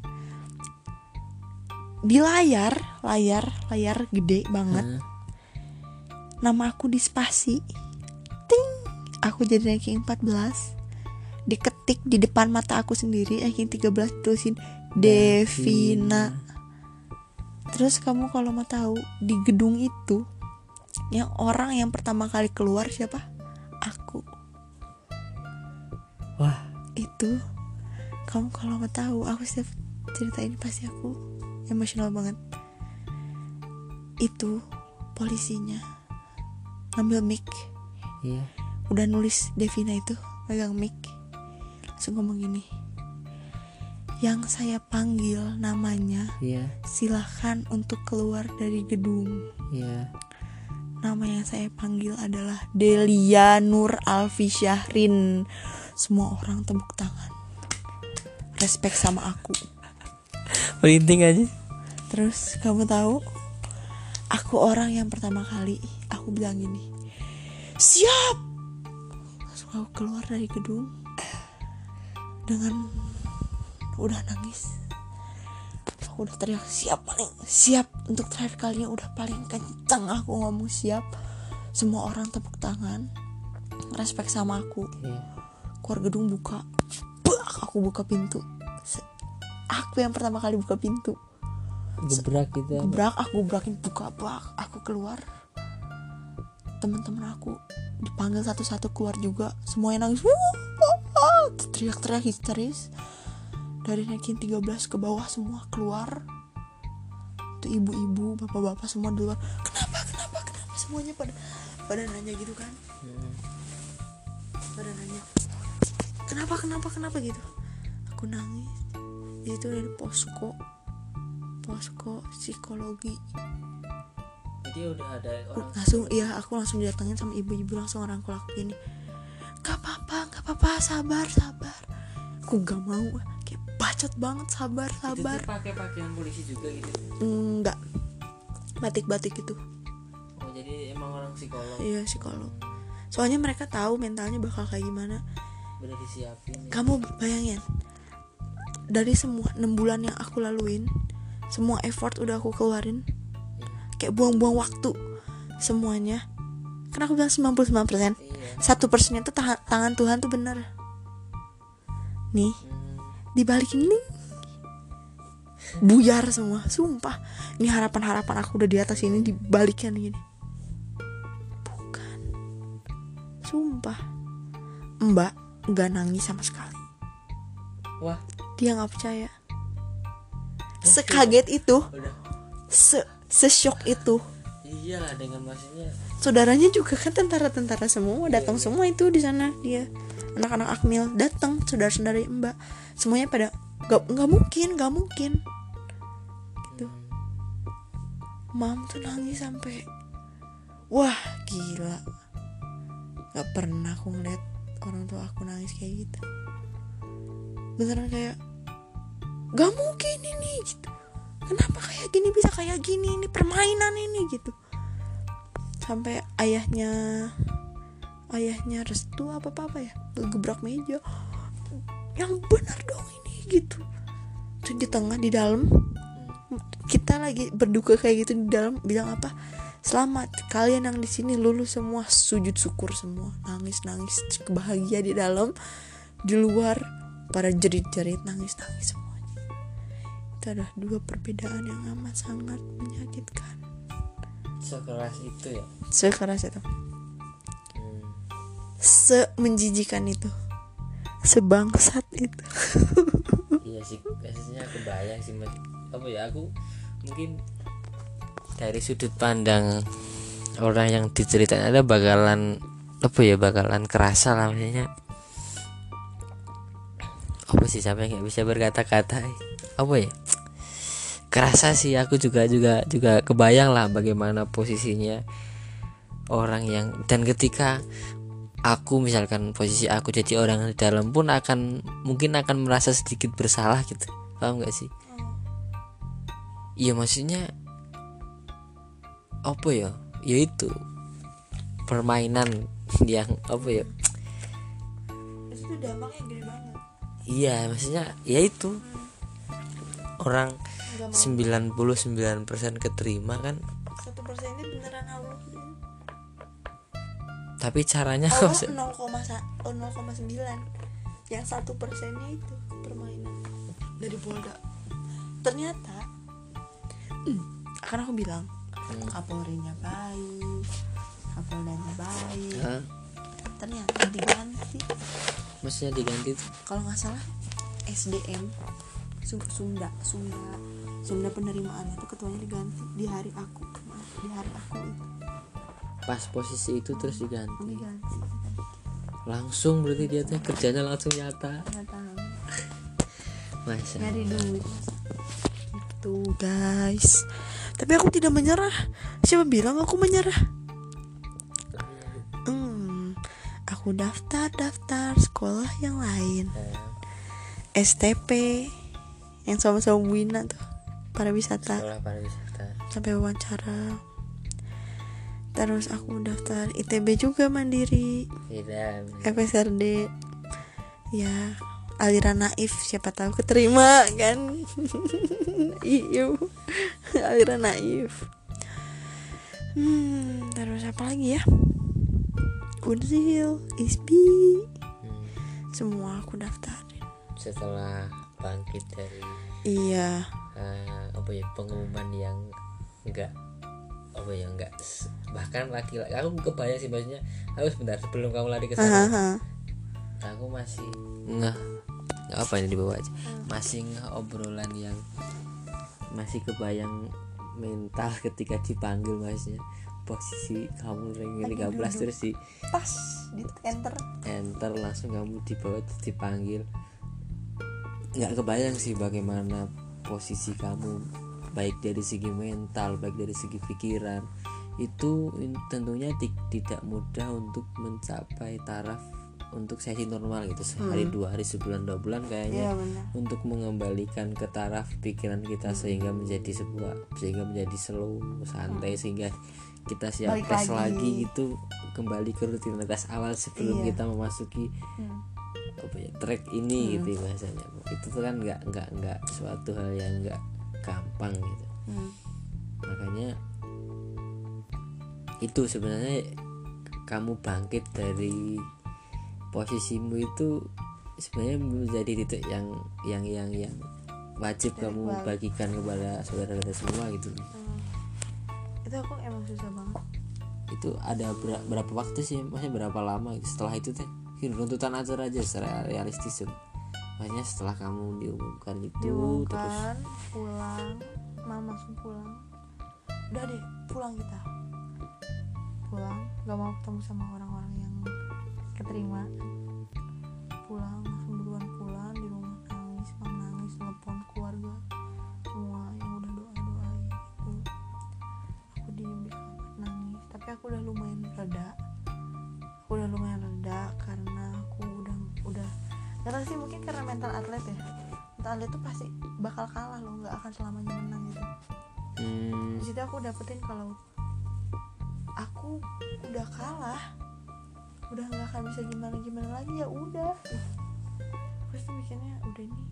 di layar, layar, layar gede banget. Heeh. Nama aku di spasi. Ting, aku jadi ranking empat belas. Diketik di depan mata aku sendiri ranking tiga belas, tulisin Devina. Terus kamu kalau mau tahu, di gedung itu yang orang yang pertama kali keluar siapa? Aku. Wah, Itu kamu kalau mau tahu, aku setiap cerita ini pasti aku emosional banget. Itu polisinya ngambil mic, iya. udah nulis Devina itu pegang mic, langsung ngomong gini, yang saya panggil namanya Iya. silahkan untuk keluar dari gedung. Iya. Nama yang saya panggil adalah Delia Nur Alfi Syahrin. Semua orang tepuk tangan, respect sama aku. Perinting aja. Terus kamu tahu, aku orang yang pertama kali aku bilang gini, siap. Langsung aku keluar dari gedung dengan udah nangis. Aku udah teriak siap, paling siap untuk terakhir kalinya, udah paling kencang aku ngomong siap. Semua orang tepuk tangan, respect sama aku. Iya. Keluar gedung, buka, bak, aku buka pintu. Se- Aku yang pertama kali buka pintu. Gebrak gitu. apa? Gebrak, aku gebrakin, buka, bak, aku keluar. Teman-teman aku dipanggil satu-satu keluar juga, semuanya nangis, wuh, wuh, wuh, teriak-teriak histeris. dari ranking tiga belas ke bawah semua keluar. Tuh ibu-ibu, bapak-bapak semua di luar. Kenapa, kenapa, kenapa? Semuanya pada pada nanya gitu kan. Hmm. Pada nanya, kenapa, kenapa, kenapa gitu. Aku nangis. Itu dari posko, posko psikologi. Jadi udah ada orang Langsung, iya aku langsung didatengin sama ibu-ibu, langsung orangku aku gini. Gak apa-apa, gak apa-apa, sabar, sabar. Aku gak mau, kayak bacot banget, sabar, sabar. itu tuh pakai pakaian polisi juga gitu. Enggak, batik-batik gitu. Oh jadi emang orang psikolog. Iya, psikolog. Soalnya mereka tahu mentalnya bakal kayak gimana. Udah disiapin ya. Kamu bayangin, dari semua enam bulan yang aku laluin, semua effort udah aku keluarin, kayak buang-buang waktu semuanya. Karena aku bilang sembilan puluh sembilan persen, Iya. satu persennya tuh tangan, tangan Tuhan tuh bener. Nih, Hmm. dibalikin nih, buyar semua, sumpah. Ini harapan-harapan aku udah di atas ini dibalikin gini. Bukan, sumpah. Mbak nggak nangis sama sekali. Wah, Dia nggak percaya. Sekaget itu, udah. se sesyok itu. Iyalah dengan maksudnya. Saudaranya juga kan tentara-tentara semua, datang semua itu di sana. Dia anak-anak Akmil datang, saudara-saudara Mbak, semuanya pada nggak nggak mungkin, nggak mungkin. Gitu. Mam tuh nangis sampai, wah gila. Nggak pernah aku ngeliat orang tua aku nangis kayak gitu. Beneran kayak, nggak mungkin ini gitu. Kenapa kayak gini bisa kayak gini, ini permainan ini gitu. Sampai ayahnya ayahnya Restu apa apa ya gebrak meja, yang benar dong ini gitu. Terus di tengah, di dalam kita lagi berduka kayak gitu, di dalam bilang apa, selamat kalian yang di sini lulus semua, sujud syukur semua, nangis nangis bahagia di dalam, di luar pada jerit-jerit nangis nangis semuanya. Itu adalah dua perbedaan yang amat sangat menyakitkan. Sekeras itu ya. Sekeras itu, Hmm. semenjijikan itu, sebangsat itu. Iya sih, maksudnya aku bayang sih mas. Apa ya, aku mungkin dari sudut pandang orang yang diceritain ada bakalan apa ya, bakalan kerasa lah maksudnya. Apa sih, sampai nggak bisa berkata-kata. Apa ya? Kerasa sih, aku juga juga juga kebayang lah bagaimana posisinya orang yang, dan ketika aku misalkan posisi aku jadi orang di dalam pun akan mungkin akan merasa sedikit bersalah gitu, paham gak sih? Iya maksudnya apa ya, yaitu permainan yang apa ya, Itu dampaknya gede banget. iya maksudnya yaitu orang sembilan puluh sembilan persen keterima kan, Satu persen ini beneran Allah. tapi caranya Allah kok se- nol koma sembilan, yang satu persennya itu permainan dari Polda. Ternyata, karena aku bilang Hmm. Kapolrinya baik, Kapoldanya baik. Hah? Ternyata diganti. maksudnya diganti tuh. Kalau nggak salah S D M Su- Sunda Sunda Sunda penerimaannya itu ketuanya diganti di hari aku di hari aku itu Pas posisi itu terus diganti diganti langsung, berarti dia tuh kerjanya langsung nyata. nggak tahu Masa nyari duit itu guys. Tapi aku tidak menyerah. Siapa bilang aku menyerah? Hmm, aku daftar daftar sekolah yang lain, S T P yang sama-sama Bu Ina tuh, pariwisata, sekolah pariwisata. sampai wawancara. Terus aku daftar I T B juga mandiri, Tidak. F S R D. Ya, aliran naif, siapa tahu keterima kan. Iya, aliran naif. Hmm, terus apa lagi ya? Unsil, I S B I, Hmm. semua aku daftarin. Setelah bangkit dari Iya, eh, apa ya, pengumuman yang enggak apa ya enggak s- bahkan laki-laki, aku kebayang sih maksudnya, aku sebentar sebelum kamu lari ke sana Hahaha. aku masih ngeh nggak apa ini dibawa aja. Masih nggak obrolan yang masih kebayang mental ketika dipanggil masnya posisi kamu ranking tiga belas terus di pas di enter enter langsung kamu dibawa terus dipanggil. Nggak kebayang sih bagaimana posisi kamu baik dari segi mental baik dari segi pikiran itu tentunya t- tidak mudah untuk mencapai taraf untuk sesi normal gitu sehari Hmm. dua hari sebulan dua bulan kayaknya Iya, benar. untuk mengembalikan ke taraf pikiran kita sehingga menjadi sebuah sehingga menjadi slow santai sehingga kita siap Balik tes lagi. lagi itu kembali ke rutinitas awal sebelum Iya. kita memasuki Hmm. apa ya track ini gitu bahasanya itu tuh kan nggak nggak nggak suatu hal yang nggak gampang gitu. Hmm. Makanya itu sebenarnya kamu bangkit dari posisimu itu sebenarnya menjadi titik yang yang yang yang wajib Titik kamu balik. bagikan kepada saudara-saudara semua gitu. Hmm. Itu aku emang susah banget. Itu ada ber- berapa waktu sih maksudnya berapa lama gitu. Setelah itu teh runtutan acara aja secara realistis tuh. Maksudnya setelah kamu diumumkan itu terus Diumumkan pulang, mama langsung pulang. Udah deh, pulang kita. Pulang, gak mau ketemu sama orang-orang yang keterima. Pulang, langsung duluan pulang di rumah nangis, mama nangis, telepon keluarga semua yang udah doa-doa gitu. Aku diem di kamar nangis, tapi aku udah lumayan reda. Aku udah lumayan reda karena aku udah udah gak tau sih, mungkin karena mental atlet ya. Mental atlet tuh pasti bakal kalah loh, nggak akan selamanya menang gitu. hmm, Di situ aku dapetin kalau aku udah kalah, udah nggak akan bisa gimana gimana lagi, ya udah. Terus tuh mikirnya udah ini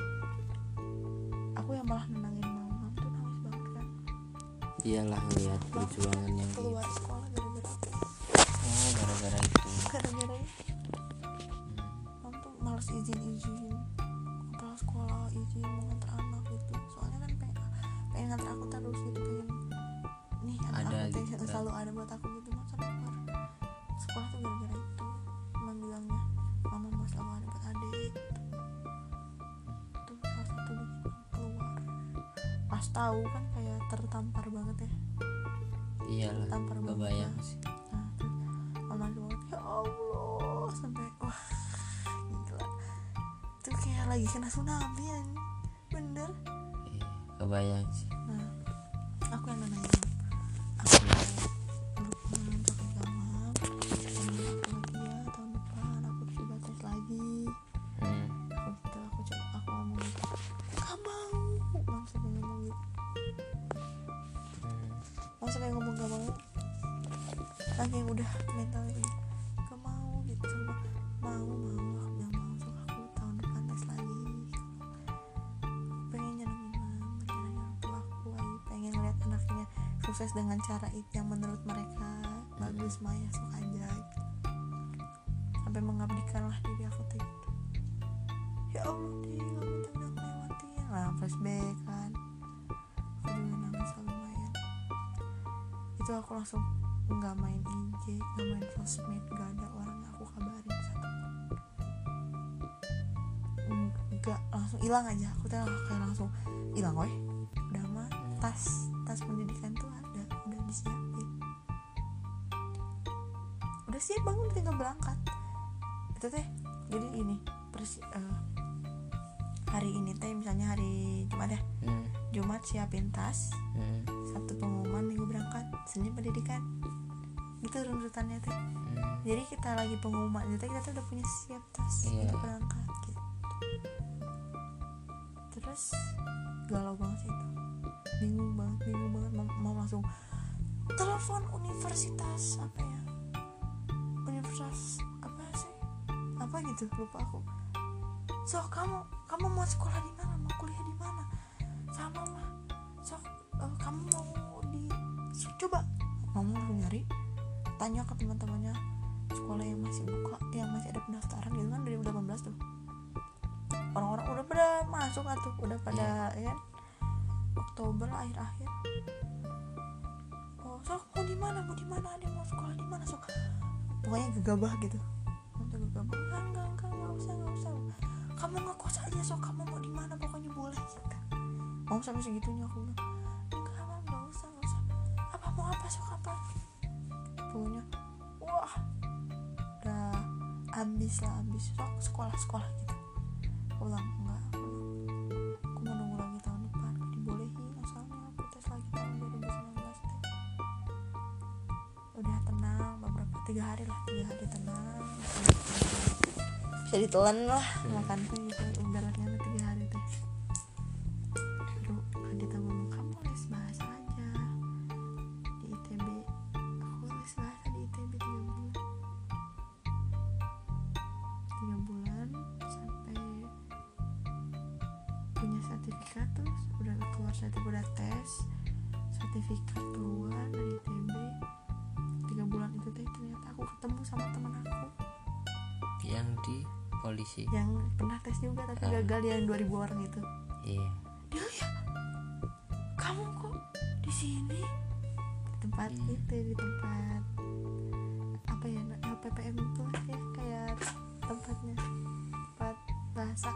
aku yang malah nenangin mama tuh nangis banget kan, iyalah ngelihat perjuangan yang keluar sekolah gara-gara aku. oh gara-gara itu gara-gara itu mama tuh males izin-izin kepala sekolah izin mau nganter anak gitu, soalnya kan pengen, pengen nganter aku terus gitu, pengen nih anak Ada aku gitu tuh kan. selalu ada buat aku gitu. Masa keluar sekolah tuh gara-gara itu, mama bilangnya mama mau selalu ada buat adik gitu. Itu salah satu bikin aku keluar pas tahu kan kayak tertampar banget ya. iyalah Tampar banget kebayang ya. sih. Nah, terus mama banget ya Allah sampai wah gila, itu kayak lagi kena tsunami ya, bener. Iya, kebayang sih. Nah, aku yang nanya, aku belum coklat gamam, temen aku lagi ya tahun depan aku coba tes lagi. hmm. Aku gitu, aku coba aku ngomong gitu, gak mau, mau sampai ngomong gitu, mau sampai ngomong gak mau, saking udah mentalnya gak mau gitu, sama mau mau aku bilang mau, so aku tahun depan tes lagi. Pengen nyenengin mama, nyenengin orang tua aku lagi, pengen ngeliat anaknya sukses dengan cara itu yang menurut mereka bagus, Maya sok aja gitu. Sampai mengabdikan lah diri aku tuh gitu. Ya Allah deh, kamu tuh udah ngelewatin lah flashback kan, aku juga nangis lumayan. Itu aku langsung nggak main I G, nggak main sosmed, nggak ada orang yang aku kabarin satu, nggak, langsung hilang aja. Aku tuh kayak langsung hilang, weh udah mah tas tas pendidikan tuh ada, udah disiapin, udah siap bangun tinggal berangkat itu teh. Jadi ini persi, eh, hari ini teh misalnya hari Jumat ya, Hmm. Jumat siapin tas, Hmm. Sabtu pengumuman, Minggu berangkat, Senin pendidikan, gitu runtutannya teh. Hmm. Jadi kita lagi pengumuman itu kita tuh udah punya siap tas Iya. untuk berangkat gitu. Terus galau banget sih itu, bingung banget, bingung banget. Mau, mau langsung telepon universitas apa ya, universitas apa sih, apa gitu lupa aku. So kamu kamu mau sekolah di mana, mau kuliah di mana, sama mah. So uh, kamu mau di so, coba mama langsung nyari, tanya ke teman-temannya sekolah yang masih buka, yang masih ada pendaftaran gitu kan, dari dua ribu delapan belas tuh orang-orang udah pada masuk atuh, udah pada ya kan, Oktober akhir-akhir. Oh so mau di mana, mau di mana, ada mau sekolah di mana, so pokoknya gegabah gitu. Untuk gegabah, enggak enggak enggak enggak usah enggak usah, kamu ngaku kos aja, so kamu mau di mana pokoknya boleh gitu. Mau sampai segitunya aku bilang enggak mam, nggak usah nggak usah, apa mau apa sok apa pokoknya. Wah udah ambis lah, ambis sok sekolah sekolah gitu. Aku bilang enggak, aku, aku mau nunggu lagi tahun depan dibolehin, asalnya aku tes lagi tahun dua ribu sembilan belas teh. Udah tenang beberapa tiga hari lah, tiga hari tenang, bisa ditelan lah makan tuh gitu ibaratnya tiga hari teh. Aduh Adita ngomong kamu les bahasa aja di I T B. Aku les bahasa di I T B tiga bulan, tiga bulan sampai punya sertifikat, terus udah keluar sertifikat, udah tes sertifikat keluar dari I T B. Tiga bulan itu teh ternyata aku ketemu sama teman aku yang di polisi. yang pernah tes juga tapi Ah. gagal, yang dua ribu orang itu. Iya. Dia ya, kamu kok di sini, di tempat Hmm. itu, di tempat apa ya, L P P M itu lah ya, kayak tempatnya, tempat bahasa.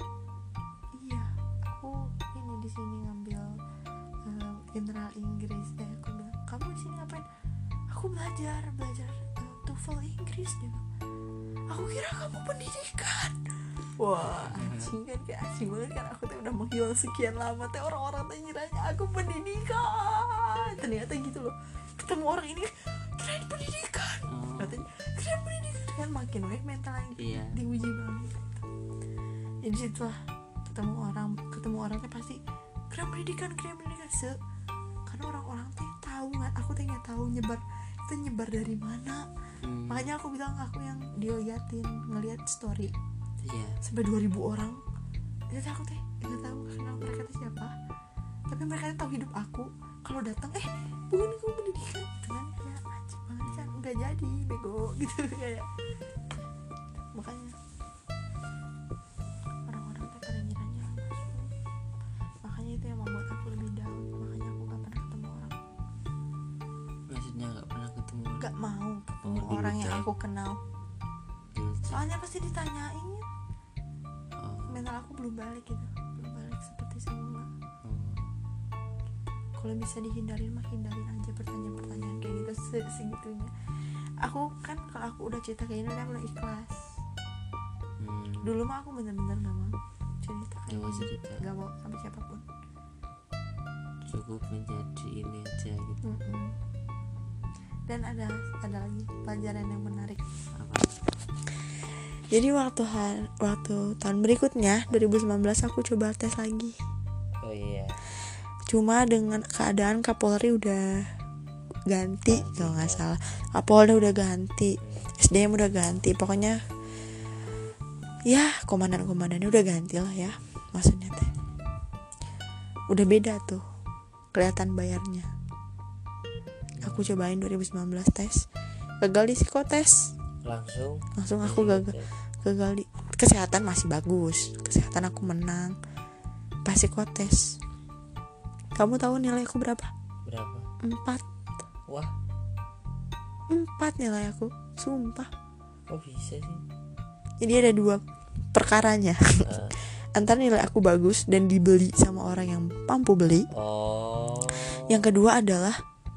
Iya, aku ini di sini ngambil eh, general Inggris. Eh, aku bilang kamu di sini ngapain? Aku belajar belajar uh, TOEFL Inggris. Dia bilang, aku kira kamu pendidikan. Wah anjing kan, kayak asing banget kan, aku tuh udah menghilang sekian lama teh, orang-orang tuh ngiranya aku pendidikan, ternyata gitu loh. Ketemu orang ini kirain pendidikan, Oh. katanya kirain pendidikan, kan makin weh mental yang Iya. diuji banget gitu. Jadi situlah ketemu orang, ketemu orang teh pasti kira pendidikan, kira pendidikan se, karena orang-orang teh tahu nggak, aku teh nggak tahu nyebar itu nyebar dari mana. Hmm. Makanya aku bilang aku yang diliatin, ngeliat story Iya. sampai dua ribu orang. Jadi aku teh nggak tahu, nggak kenal mereka tuh siapa, tapi mereka tuh tahu hidup aku. Kalau datang eh bukan aku pendidikan gitu kan, kayak anjing banget kan, nggak jadi bego gitu kayak. Makanya orang-orang tuh pada ngiranya masuk. Makanya itu yang membuat aku lebih down. Makanya aku gak pernah ketemu orang, Maksudnya nggak pernah ketemu orang. gak mau ketemu Oh, orang yang diucap. aku kenal. Diucap. Soalnya pasti ditanyain, Oh. mental aku belum balik gitu, belum balik seperti semula. Oh. Kalau bisa dihindarin mah hindarin aja pertanyaan-pertanyaan kayak gitu se- segitunya. Aku kan kalau aku udah cerita kayak gini aku udah ikhlas. Hmm. Dulu mah aku bener-bener gak mau cerita kayak Gak mau gini, cerita. gak mau sama siapapun. Cukup menjadi ini aja gitu. Mm-mm. Dan ada ada lagi pelajaran yang menarik. Apa? Jadi waktu har- waktu tahun berikutnya dua ribu sembilan belas aku coba tes lagi. Oh iya. Cuma dengan keadaan Kapolri udah ganti kalau nggak salah, Kapolda udah ganti, S D M udah ganti, pokoknya ya komandan-komandannya udah ganti lah ya, maksudnya teh udah beda tuh kelihatan bayarnya. Aku cobain dua ribu sembilan belas tes, gagal di psikotes, Langsung. langsung aku gagal gagal di kesehatan. Masih bagus, kesehatan aku menang, pas psikotes kamu tahu nilai aku berapa? Berapa? Empat. Wah, Empat nilai aku, sumpah. kok bisa sih? Jadi ada dua perkaranya. Eh, Antara nilai aku bagus dan dibeli sama orang yang mampu beli. oh. Yang kedua adalah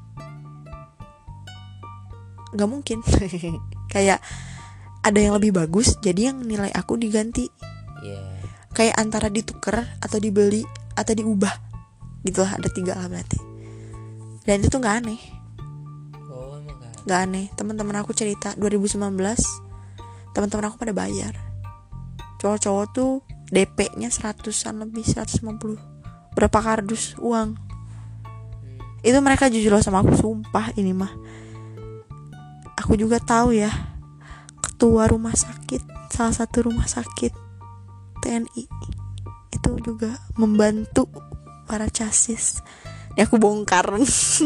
gak mungkin. Kayak ada yang lebih bagus, jadi yang nilai aku diganti. Iya. Kayak antara dituker atau dibeli atau diubah. Gitulah, ada tiga lah berarti. Dan itu tuh gak aneh, Oh, emang kan. gak aneh. Teman-teman aku cerita dua ribu sembilan belas teman-teman aku pada bayar. Cowok-cowok tuh D P-nya seratusan lebih, seratus lima puluh. Berapa kardus uang. Hmm. Itu mereka jujur loh sama aku, sumpah ini mah. Aku juga tahu ya, ketua rumah sakit, salah satu rumah sakit T N I itu juga membantu para casis. Ini aku bongkar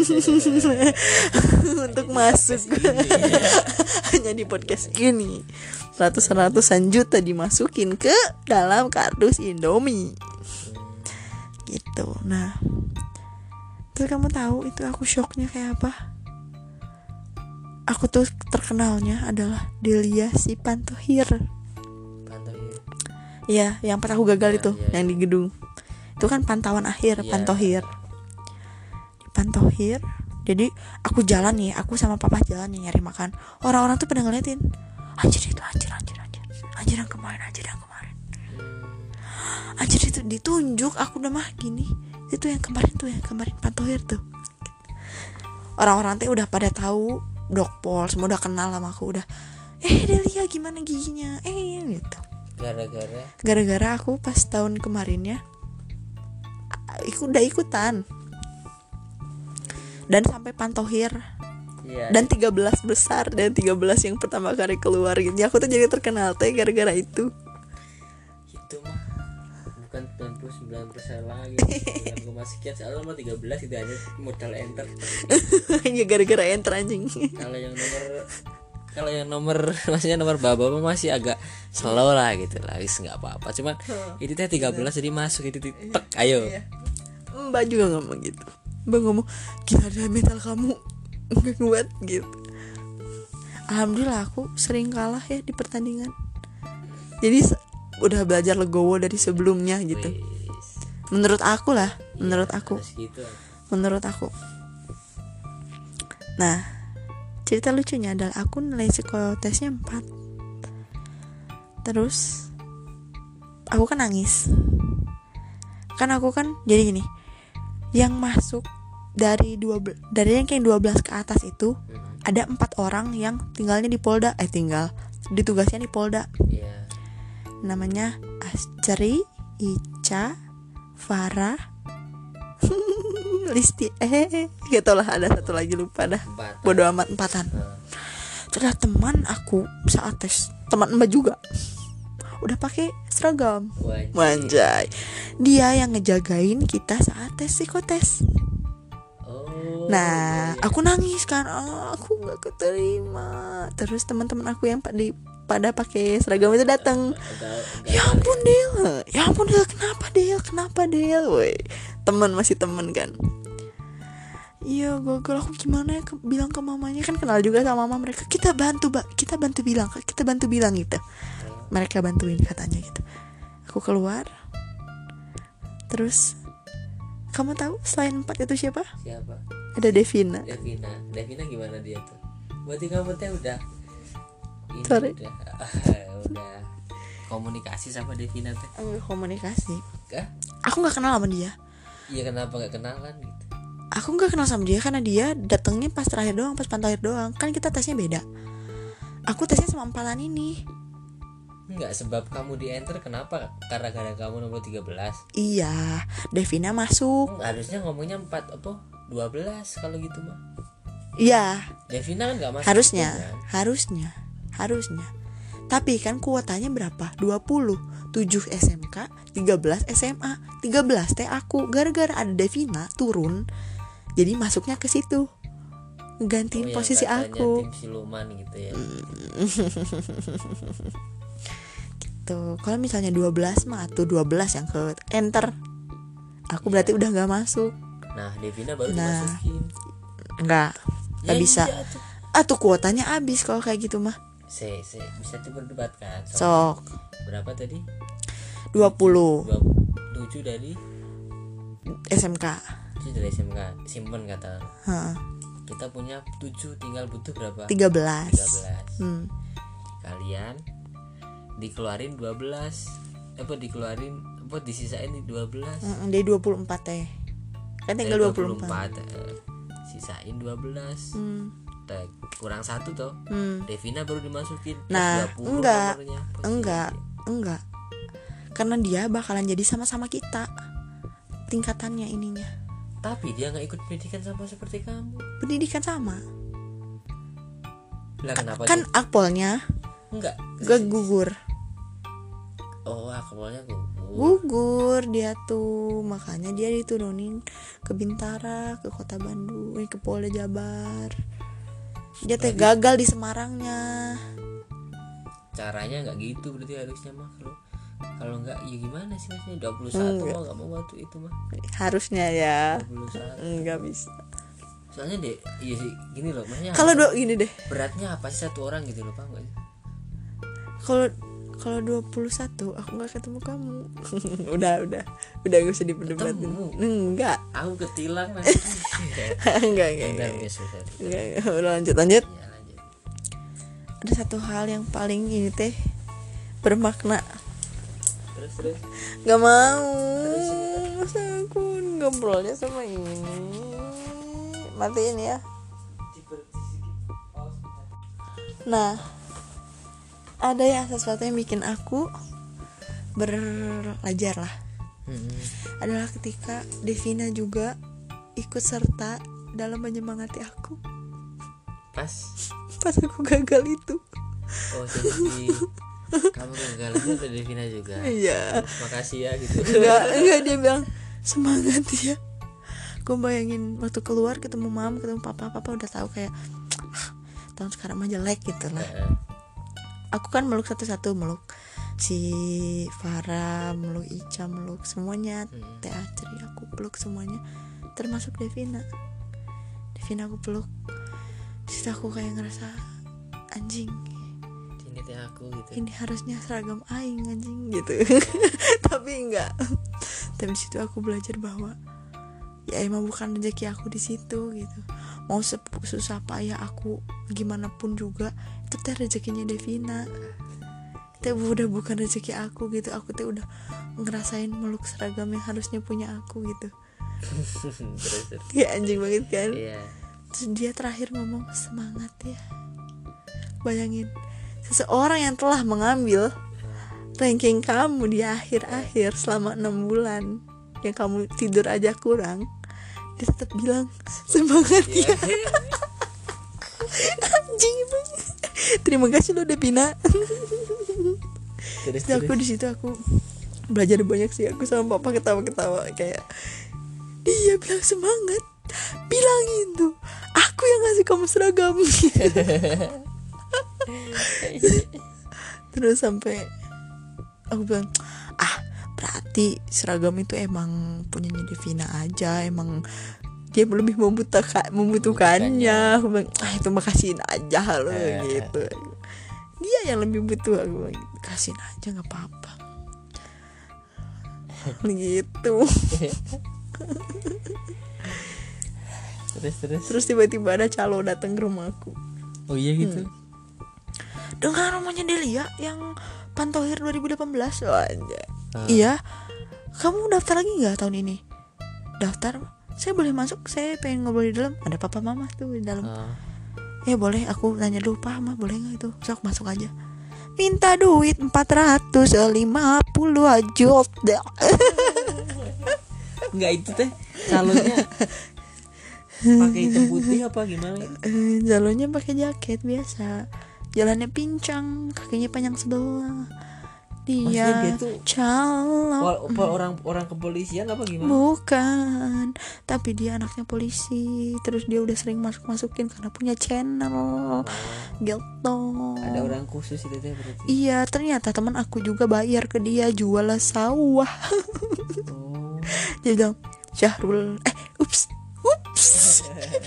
untuk masuk hanya di podcast ini. Ratus-ratusan juta dimasukin ke dalam kardus Indomie gitu. Nah, terus kamu tahu itu aku shocknya kayak apa? Aku tuh terkenalnya adalah Delia si Pantohir. Pantau ya. Iya, yang pas aku gagal Iya, itu, iya, yang di gedung. Itu kan pantauan akhir, Iya. pantohir. Pantohir. Jadi aku jalan nih, aku sama papa jalan nih nyari makan. Orang-orang tuh pada ngeliatin. Anjir itu, anjir, anjir, anjir. Anjir yang kemarin, anjir yang kemarin. Anjir itu ditunjuk, aku udah mah gini. Itu yang kemarin tuh, yang kemarin pantohir tuh. Orang-orang tuh udah pada tahu, dokpol, semua udah kenal sama aku, udah. Eh, Delia gimana giginya? Eh, gitu. Gara-gara Gara-gara aku pas tahun kemarinnya ikut udah ikutan. Dan sampai pantohir. Iya. Dan tiga belas besar dan tiga belas yang pertama kali keluar gitu. Aku tuh jadi terkenal tuh gara-gara itu. Itu mah bukan sembilan puluh sembilan persen lagi. sembilan koma sekian soalnya nomor tiga belas itu hanya modal enter. Ya gara-gara enter anjing. Kalau yang nomor kalau yang nomor maksudnya nomor bawah masih agak slow lah gitu lah, wis enggak apa-apa. Cuman itu teh tiga belas jadi masuk itu tek ayo. Mbak juga ngomong gitu. Mbak ngomong, gila deh mental kamu nggak kuat gitu. Alhamdulillah aku sering kalah ya di pertandingan. Jadi se- udah belajar legowo dari sebelumnya gitu. Wis. Menurut aku lah, menurut Iya, aku, harus gitu. menurut aku. Nah, cerita lucunya adalah aku nilai psikotesnya empat. Terus aku kan nangis. Kan aku kan jadi gini. Yang masuk dari dua be- dari yang kayak dua belas ke atas itu Hmm. ada empat orang yang tinggalnya di Polda, eh tinggal ditugasnya di Polda. Iya. Namanya Asceri, Ica, Farah, Listi, eh gak tau lah, ada satu lagi lupa dah. Empat. Bodoh amat, empatan. Nah, Terus teman aku saat tes, teman Mbak juga udah pakai seragam. wajib. Manjay. Dia yang ngejagain kita saat tes psikotes. Oh. Nah, iya, iya. aku nangis kan, ah, aku nggak keterima. Terus teman-teman aku yang pada pada pakai seragam itu datang. Agak- agak- Ya ampun Del, ya ampun Del, kenapa Del, kenapa Del, woi, teman masih teman kan. Iya, gagal aku gimana ya ke- bilang ke mamanya, kan kenal juga sama mama mereka. Kita bantu, Mbak, kita bantu bilang, kita bantu bilang gitu. Mereka bantuin katanya gitu. Aku keluar. Terus kamu tahu selain empat itu siapa? Siapa? Ada Devina. Devina. Devina gimana dia tuh? Berarti kamu teh udah ini Sorry. udah udah komunikasi sama Devina teh. Enggak komunikasi. Kah? Aku nggak kenal sama dia. Iya, kenapa nggak kenalan gitu? Aku nggak kenal sama dia karena dia datangnya pas terakhir doang, pas pantauan doang. Kan kita tesnya beda. Aku tesnya sama empatan ini. Enggak, sebab kamu di enter kenapa? Karena gara kamu nomor tiga belas. Iya, Devina masuk. Hmm, harusnya ngomongnya empat apa? dua belas kalau gitu mah. Iya, Devina kan enggak masuk. harusnya, itu kan? harusnya, harusnya. Tapi kan kuotanya berapa? dua puluh. tujuh S M K, tiga belas S M A. tiga belas teh aku. Gara-gara ada Devina turun, jadi masuknya ke situ. Oh, Gantiin yang posisi katanya aku. tim siluman gitu ya. Tuh, kalau misalnya dua belas mah tuh dua belas yang ke enter. Aku berarti udah nggak masuk. Nah, Devina baru Nah. dimasukin. Enggak, nggak Ya bisa. iya tuh. Ah tuh kuotanya habis kalau kayak gitu mah. Se, se, bisa diperdebatkan. So, Sok berapa tadi? dua puluh dua puluh tujuh dari S M K. itu dari S M K. Simpen kata. Heeh, Kita punya tujuh, tinggal butuh berapa? tiga belas. tiga belas. Hmm. Kalian dikeluarin dua belas. Apa dikeluarin apa disisain di dua belas? Mm, Dari dua puluh empat teh. Kan tinggal Eh, dua puluh empat. eh. Sisain dua belas. Hmm. Teh, kurang satu toh. Hmm. Devina baru dimasukin. Pas Nah, dua puluh enggak, nomornya. Pasti enggak. dia. Enggak. Karena dia bakalan jadi sama-sama kita. Tingkatannya ininya. Tapi dia nggak ikut pendidikan sama seperti kamu. Pendidikan sama. Lah kenapa Kan dia? akpolnya Enggak. gak gugur. Oh, akmalnya gugur. Gugur dia tuh. Makanya dia diturunin ke Bintara, ke Kota Bandung, eh, ke Polda Jabar. Dia teh gagal di Semarangnya. Caranya nggak gitu berarti harusnya mah kalau kalau nggak ya gimana sih maksudnya dua puluh satu Enggak. mah nggak mau waktu itu mah Harusnya ya. dua puluh satu. Enggak bisa. Soalnya deh iya sih gini loh maksudnya Kalau do gini deh. beratnya apa sih satu orang gitu loh, paham nggak sih? Kalau kalau dua puluh satu aku nggak ketemu kamu. udah udah udah gak usah diperdebatin. Ketemu. Enggak. Aku ketilang nanti. enggak enggak Enggak, enggak. miss, sorry. Enggak, enggak. Udah lanjut lanjut. Ya, lanjut. Ada satu hal yang paling ini teh bermakna. Terus terus. Gak mau. Masa aku ngobrolnya sama ini. Matiin ya. Nah, ada ya sesuatu yang bikin aku belajar lah. Hmm. Adalah ketika Devina juga ikut serta dalam menyemangati aku Pas. pas aku gagal itu. Oh, jadi kamu gagal itu ada Devina juga. Iya. Makasih ya gitu. Enggak, enggak dia bilang semangat ya. Gue bayangin waktu keluar ketemu mam, ketemu papa, papa udah tahu kayak "Ah, tahun sekarang mah jelek gitu lah. Heeh. Aku kan meluk satu-satu, meluk si Farah, meluk Ica, meluk semuanya. Hmm. Teh Acri aku peluk semuanya, termasuk Devina. Devina aku peluk. Di situ aku kayak ngerasa anjing, Ini teh aku gitu. ini harusnya seragam aing anjing gitu. Tapi enggak. Tapi di situ aku belajar bahwa ya emang bukan rezeki aku di situ gitu. Mau sepu- susah payah aku gimana pun juga itu teh rezekinya Devina. Itu udah bukan rezeki aku gitu. Aku tuh udah ngerasain meluk seragam yang harusnya punya aku gitu. Terus terus. Kayak anjing banget kan. Iya. Terus dia terakhir ngomong semangat ya. Bayangin seseorang yang telah mengambil ranking kamu di akhir-akhir selama enam bulan, yang kamu tidur aja kurang, dia tetap bilang semangat ya. Anjing banget. Terima kasih lo Devina. Terus Terus aku di situ aku belajar banyak sih. Aku sama papa ketawa-ketawa kayak dia bilang semangat, bilangin tuh aku yang ngasih kamu seragam. Terus sampai aku bilang ah berarti seragam itu emang punyanya Devina aja, emang dia lebih membutuhkan membutuhkannya. Aku bilang ah itu makasihin aja lo gitu. Dia yang lebih butuh, aku bilang kasihin aja nggak apa-apa gitu. terus terus. Terus tiba-tiba ada calo datang ke rumahku Oh iya gitu. dengan rumahnya Delia yang Pantohir dua ribu delapan belas. Oh, anjay. Ah. Iya. Kamu daftar lagi nggak tahun ini? Daftar. Saya boleh masuk? Saya pengen ngobrol di dalam. Ada papa mama tuh di dalam. Oh. Ya boleh. Aku tanya dulu, Pak, mah boleh nggak itu? Terus aku masuk aja. Minta duit empat ratus lima puluh aja. Enggak itu teh calonnya pakai hitam putih apa gimana? Eh, Jalurnya pakai jaket biasa. Jalannya pincang, kakinya panjang sebelah. Maksudnya Dia, dia tuh calon. Pol- pol- orang orang kepolisian apa gimana? Bukan, tapi dia anaknya polisi. Terus dia udah sering masuk-masukin karena punya channel gitu. Ada orang khusus itu teh berarti. Iya, ternyata teman aku juga bayar ke dia jual sawah. Oh. Dia bilang Syahrul, eh, ups, ups.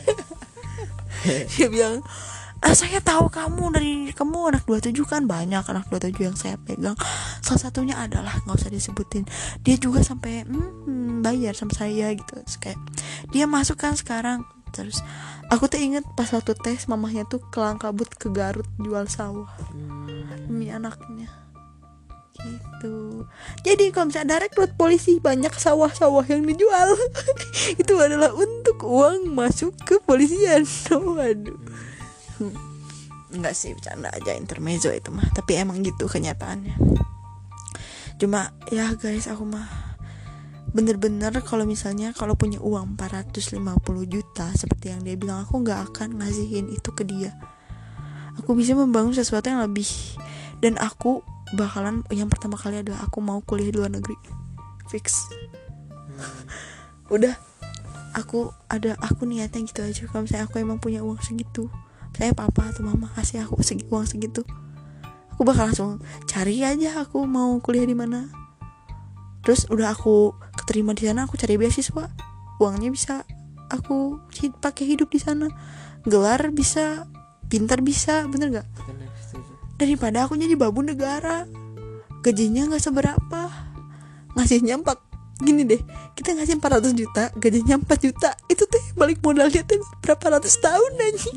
Dia bilang, ah, saya tahu kamu dari kamu anak dua puluh tujuh kan, banyak anak dua puluh tujuh yang saya pegang. Salah satunya adalah nggak usah disebutin. Dia juga sampai hmm, bayar sama saya gitu. Terus kayak dia masuk kan sekarang. Terus aku tuh inget pas waktu tes mamahnya tuh kelang kabut ke Garut jual sawah demi anaknya. Gitu. Jadi kalau misalnya ada rekrut polisi banyak sawah-sawah yang dijual. Itu adalah untuk uang masuk ke polisian. Waduh. Enggak sih, bercanda aja, intermezzo itu mah. Tapi emang gitu kenyataannya. Cuma ya guys, aku mah bener-bener kalau misalnya kalau punya uang empat ratus lima puluh juta seperti yang dia bilang, aku gak akan ngasihin itu ke dia. Aku bisa membangun sesuatu yang lebih. Dan aku bakalan, yang pertama kali adalah aku mau kuliah di luar negeri. Fix. Udah, aku ada aku niatnya gitu aja. Kalau misalnya aku emang punya uang segitu, saya papa atau mama kasih aku segi, uang segitu, aku bakal langsung cari aja aku mau kuliah di mana. Terus udah aku keterima di sana, aku cari beasiswa, uangnya bisa aku hid- pakai hidup di sana, gelar bisa, pintar bisa, bener gak? Benar, setuju. Daripada aku jadi babu negara. gajinya nggak seberapa, ngasihnya empat gini deh, kita ngasih empat ratus juta, gajinya empat juta, itu teh balik modalnya teh berapa ratus tahun anjing.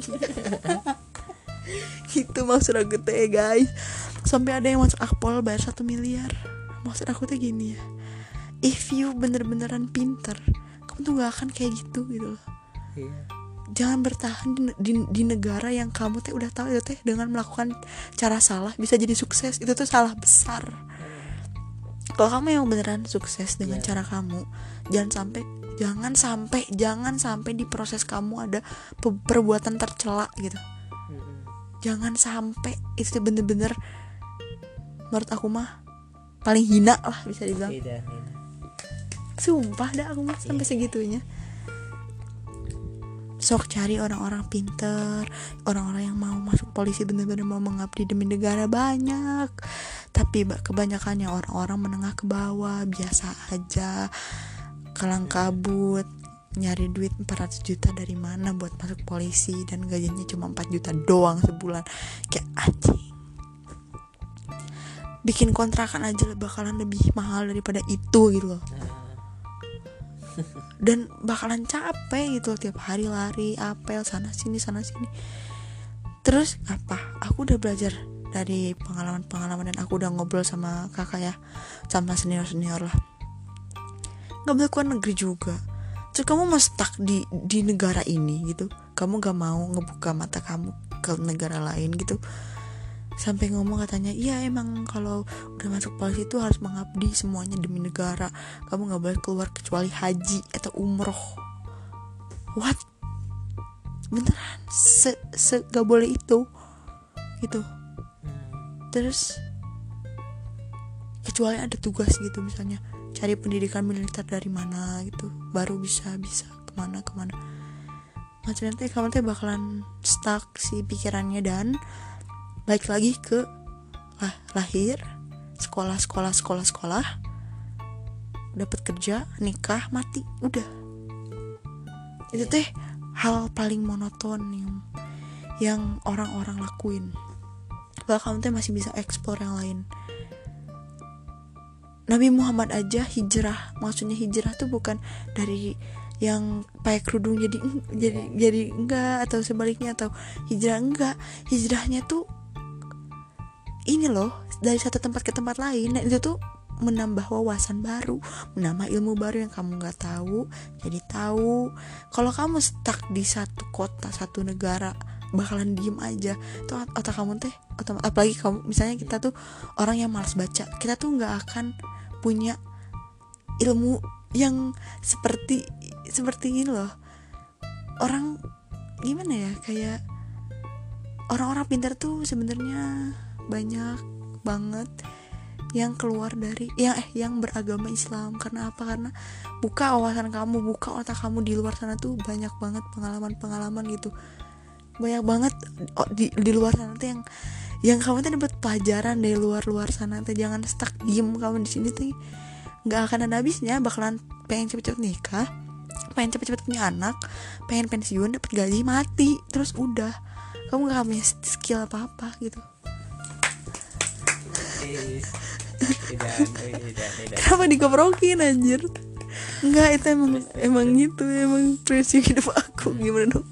Gitu maksud aku teh guys. Sampai ada yang masuk akpol bayar satu miliar. Maksud aku teh gini ya, if you bener-beneran pinter, kamu tuh gak akan kayak gitu gitu loh. Iya. Jangan bertahan di, di, di negara yang kamu teh udah tahu itu teh dengan melakukan cara salah bisa jadi sukses, itu tuh salah besar. Kalau kamu yang beneran sukses dengan Yeah. cara kamu, jangan sampai jangan sampai jangan sampai di proses kamu ada pe- perbuatan tercela gitu. Mm-mm. Jangan sampai itu bener-bener menurut aku mah paling hina lah bisa dibilang. Tidak, tidak. Sumpah dah aku mah sampai Iya. segitunya. Sok cari orang-orang pinter, orang-orang yang mau masuk polisi bener-bener mau mengabdi demi negara banyak. Tapi ba- kebanyakannya orang-orang menengah ke bawah, biasa aja, kalang kabut, nyari duit empat ratus juta dari mana buat masuk polisi dan gajinya cuma empat juta doang sebulan. Kayak anjing. Bikin kontrakan aja bakalan lebih mahal daripada itu gitu loh. Dan bakalan capek gitu loh, tiap hari lari apel sana sini sana sini. Terus apa? Aku udah belajar dari pengalaman-pengalaman dan aku udah ngobrol sama kakak ya, sama senior-senior lah. Gak boleh keluar negeri juga. Terus kamu mau stuck di di negara ini gitu. Kamu gak mau ngebuka mata kamu ke negara lain gitu. Sampai ngomong katanya, iya emang kalau udah masuk polisi itu harus mengabdi semuanya demi negara. Kamu gak boleh keluar kecuali haji atau umroh. What? Beneran? Se, se gak boleh itu gitu. Terus kecuali ada tugas gitu, misalnya cari pendidikan militer dari mana gitu, baru bisa bisa kemana kemana. Macam nanti kamu tuh bakalan stuck si pikirannya dan balik lagi ke lah, lahir, sekolah sekolah sekolah sekolah, dapat kerja, nikah, mati, udah. Itu teh hal paling monoton yang yang orang-orang lakuin. Bahkan kamu tuh masih bisa eksplor yang lain. Nabi Muhammad aja hijrah, maksudnya hijrah tuh bukan dari yang pakai kerudung jadi jadi jadi enggak, atau sebaliknya, atau hijrah enggak. Hijrahnya tuh ini loh, dari satu tempat ke tempat lain. Dan itu tuh menambah wawasan baru, menambah ilmu baru yang kamu nggak tahu, jadi tahu. Kalau kamu stuck di satu kota, satu negara, bakalan diem aja tuh otak kamu teh. Apalagi kamu misalnya kita tuh orang yang malas baca, kita tuh nggak akan punya ilmu yang seperti seperti ini loh. Orang gimana ya, kayak orang-orang pintar tuh sebenarnya banyak banget yang keluar dari yang eh yang beragama Islam. Karena apa? Karena buka wawasan kamu, buka otak kamu, di luar sana tuh banyak banget pengalaman-pengalaman gitu. Banyak banget oh, di di luar sana tuh yang yang kamu tuh dapat pelajaran dari luar-luar sana tuh. Jangan stuck diem kamu di sini tuh, nggak akan ada habisnya. Bakalan pengen cepet-cepet nikah, pengen cepet-cepet punya anak, pengen pensiun, dapat gaji, mati, terus udah kamu nggak punya skill apa-apa gitu. Kenapa dikeprokin anjir? Enggak, itu emang emang gitu, emang prinsip hidup aku. Gimana dong?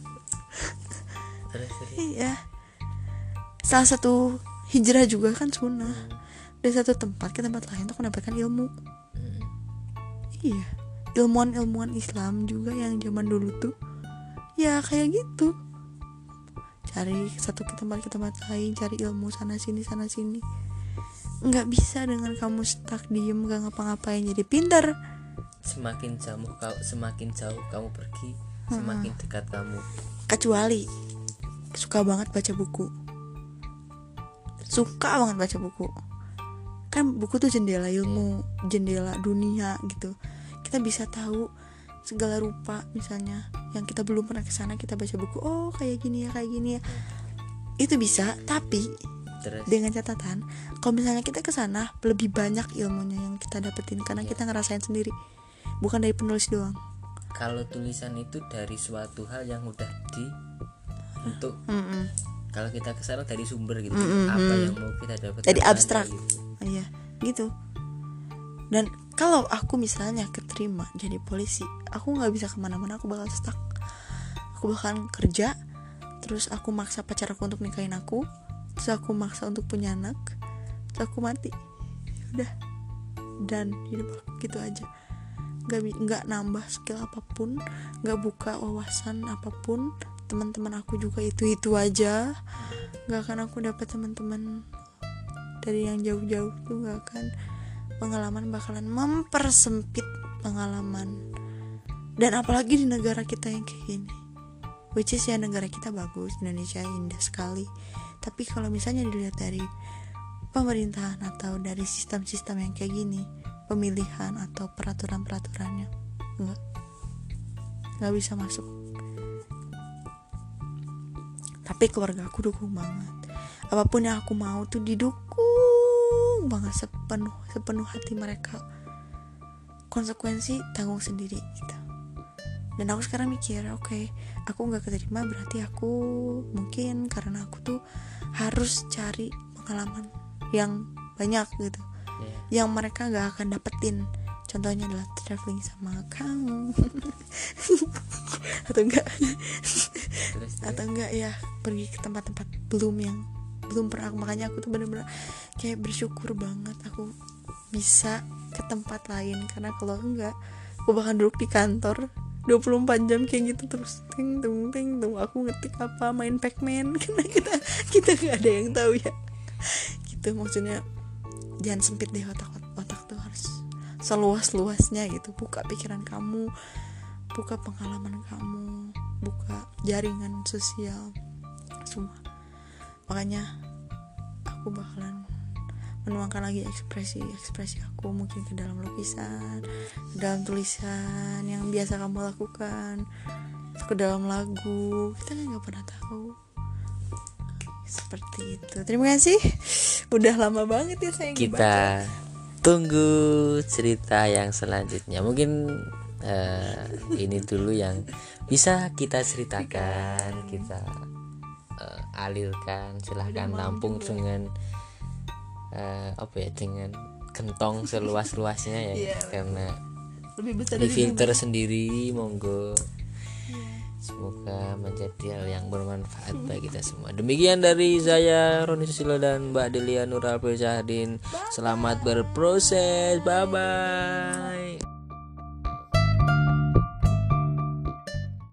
Iya. Salah satu hijrah juga kan sunnah. Dari satu tempat ke tempat lain untuk mendapatkan ilmu. Iya. Ilmuwan-ilmuwan Islam juga yang zaman dulu tuh ya kayak gitu. Cari satu ke tempat ke tempat lain, cari ilmu sana sini sana sini. Nggak bisa dengan kamu stuck diem gak ngapa-ngapain jadi pintar. Semakin jauh kau semakin jauh kamu pergi, semakin dekat kamu. Kecuali suka banget baca buku, suka banget baca buku. Kan buku tuh jendela ilmu, jendela dunia gitu. Kita bisa tahu segala rupa, misalnya yang kita belum pernah kesana, kita baca buku, oh kayak gini ya, kayak gini ya. Itu bisa, tapi Terus dengan catatan kalau misalnya kita kesana lebih banyak ilmunya yang kita dapetin karena kita ngerasain sendiri, bukan dari penulis doang. kalau tulisan itu dari suatu hal yang udah di untuk Mm-mm. kalau kita kesana dari sumber gitu, Mm-mm. apa yang mau kita dapat Jadi dari abstrak. mana gitu. Iya, gitu. Dan kalau aku misalnya keterima jadi polisi, aku nggak bisa kemana-mana, aku bakal stuck. Aku bakal kerja, terus aku maksa pacar aku untuk nikahin aku, terus aku maksa untuk punya anak, terus aku mati. Udah, dan hidup aku gitu aja. Nggak nggak nambah skill apapun, nggak buka wawasan apapun. Teman-teman aku juga itu itu aja. Nggak akan aku dapat teman-teman dari yang jauh-jauh tuh, nggak akan. Pengalaman bakalan mempersempit pengalaman. Dan apalagi di negara kita yang kayak gini, which is ya negara kita bagus, Indonesia indah sekali. Tapi kalau misalnya dilihat dari pemerintahan atau dari sistem-sistem yang kayak gini, pemilihan atau peraturan-peraturannya, enggak nggak bisa masuk. Tapi keluarga aku dukung banget, apapun yang aku mau tuh didukung banget sepenuh sepenuh hati mereka. Konsekuensi tanggung sendiri gitu. Dan aku sekarang mikir, oke, okay, aku nggak keterima berarti aku mungkin karena aku tuh harus cari pengalaman yang banyak gitu, yeah. yang mereka nggak akan dapetin. Contohnya adalah traveling sama kamu atau enggak atau enggak ya pergi ke tempat-tempat belum yang belum pernah. Makanya aku tuh bener-bener kayak bersyukur banget aku bisa ke tempat lain, karena kalau enggak aku bakal duduk di kantor dua puluh empat jam kayak gitu terus, ting tung ting tung aku ngetik apa, main Pac-Man, karena kita kita nggak ada yang tahu ya gitu. Maksudnya jangan sempit deh otak otak tuh, harus seluas-luasnya gitu. Buka pikiran kamu, buka pengalaman kamu, buka jaringan sosial semua. Makanya aku bakalan menuangkan lagi ekspresi-ekspresi aku, mungkin ke dalam lukisan, ke dalam tulisan yang biasa kamu lakukan, ke dalam lagu. Kita kan nggak pernah tahu. Seperti itu. Terima kasih. Udah lama banget ya saya Kita ngebaca. Tunggu cerita yang selanjutnya. Mungkin uh, ini dulu yang bisa kita ceritakan, kita uh, alirkan. Silahkan nampung dengan uh, apa ya, dengan kentong seluas-luasnya ya, Yeah. karena Lebih besar di dari filter ini. sendiri. Monggo, semoga menjadi hal yang bermanfaat bagi kita semua. Demikian dari saya Roni Susilo dan Mbak Delia Nurul Sahdin. Selamat berproses. Bye bye.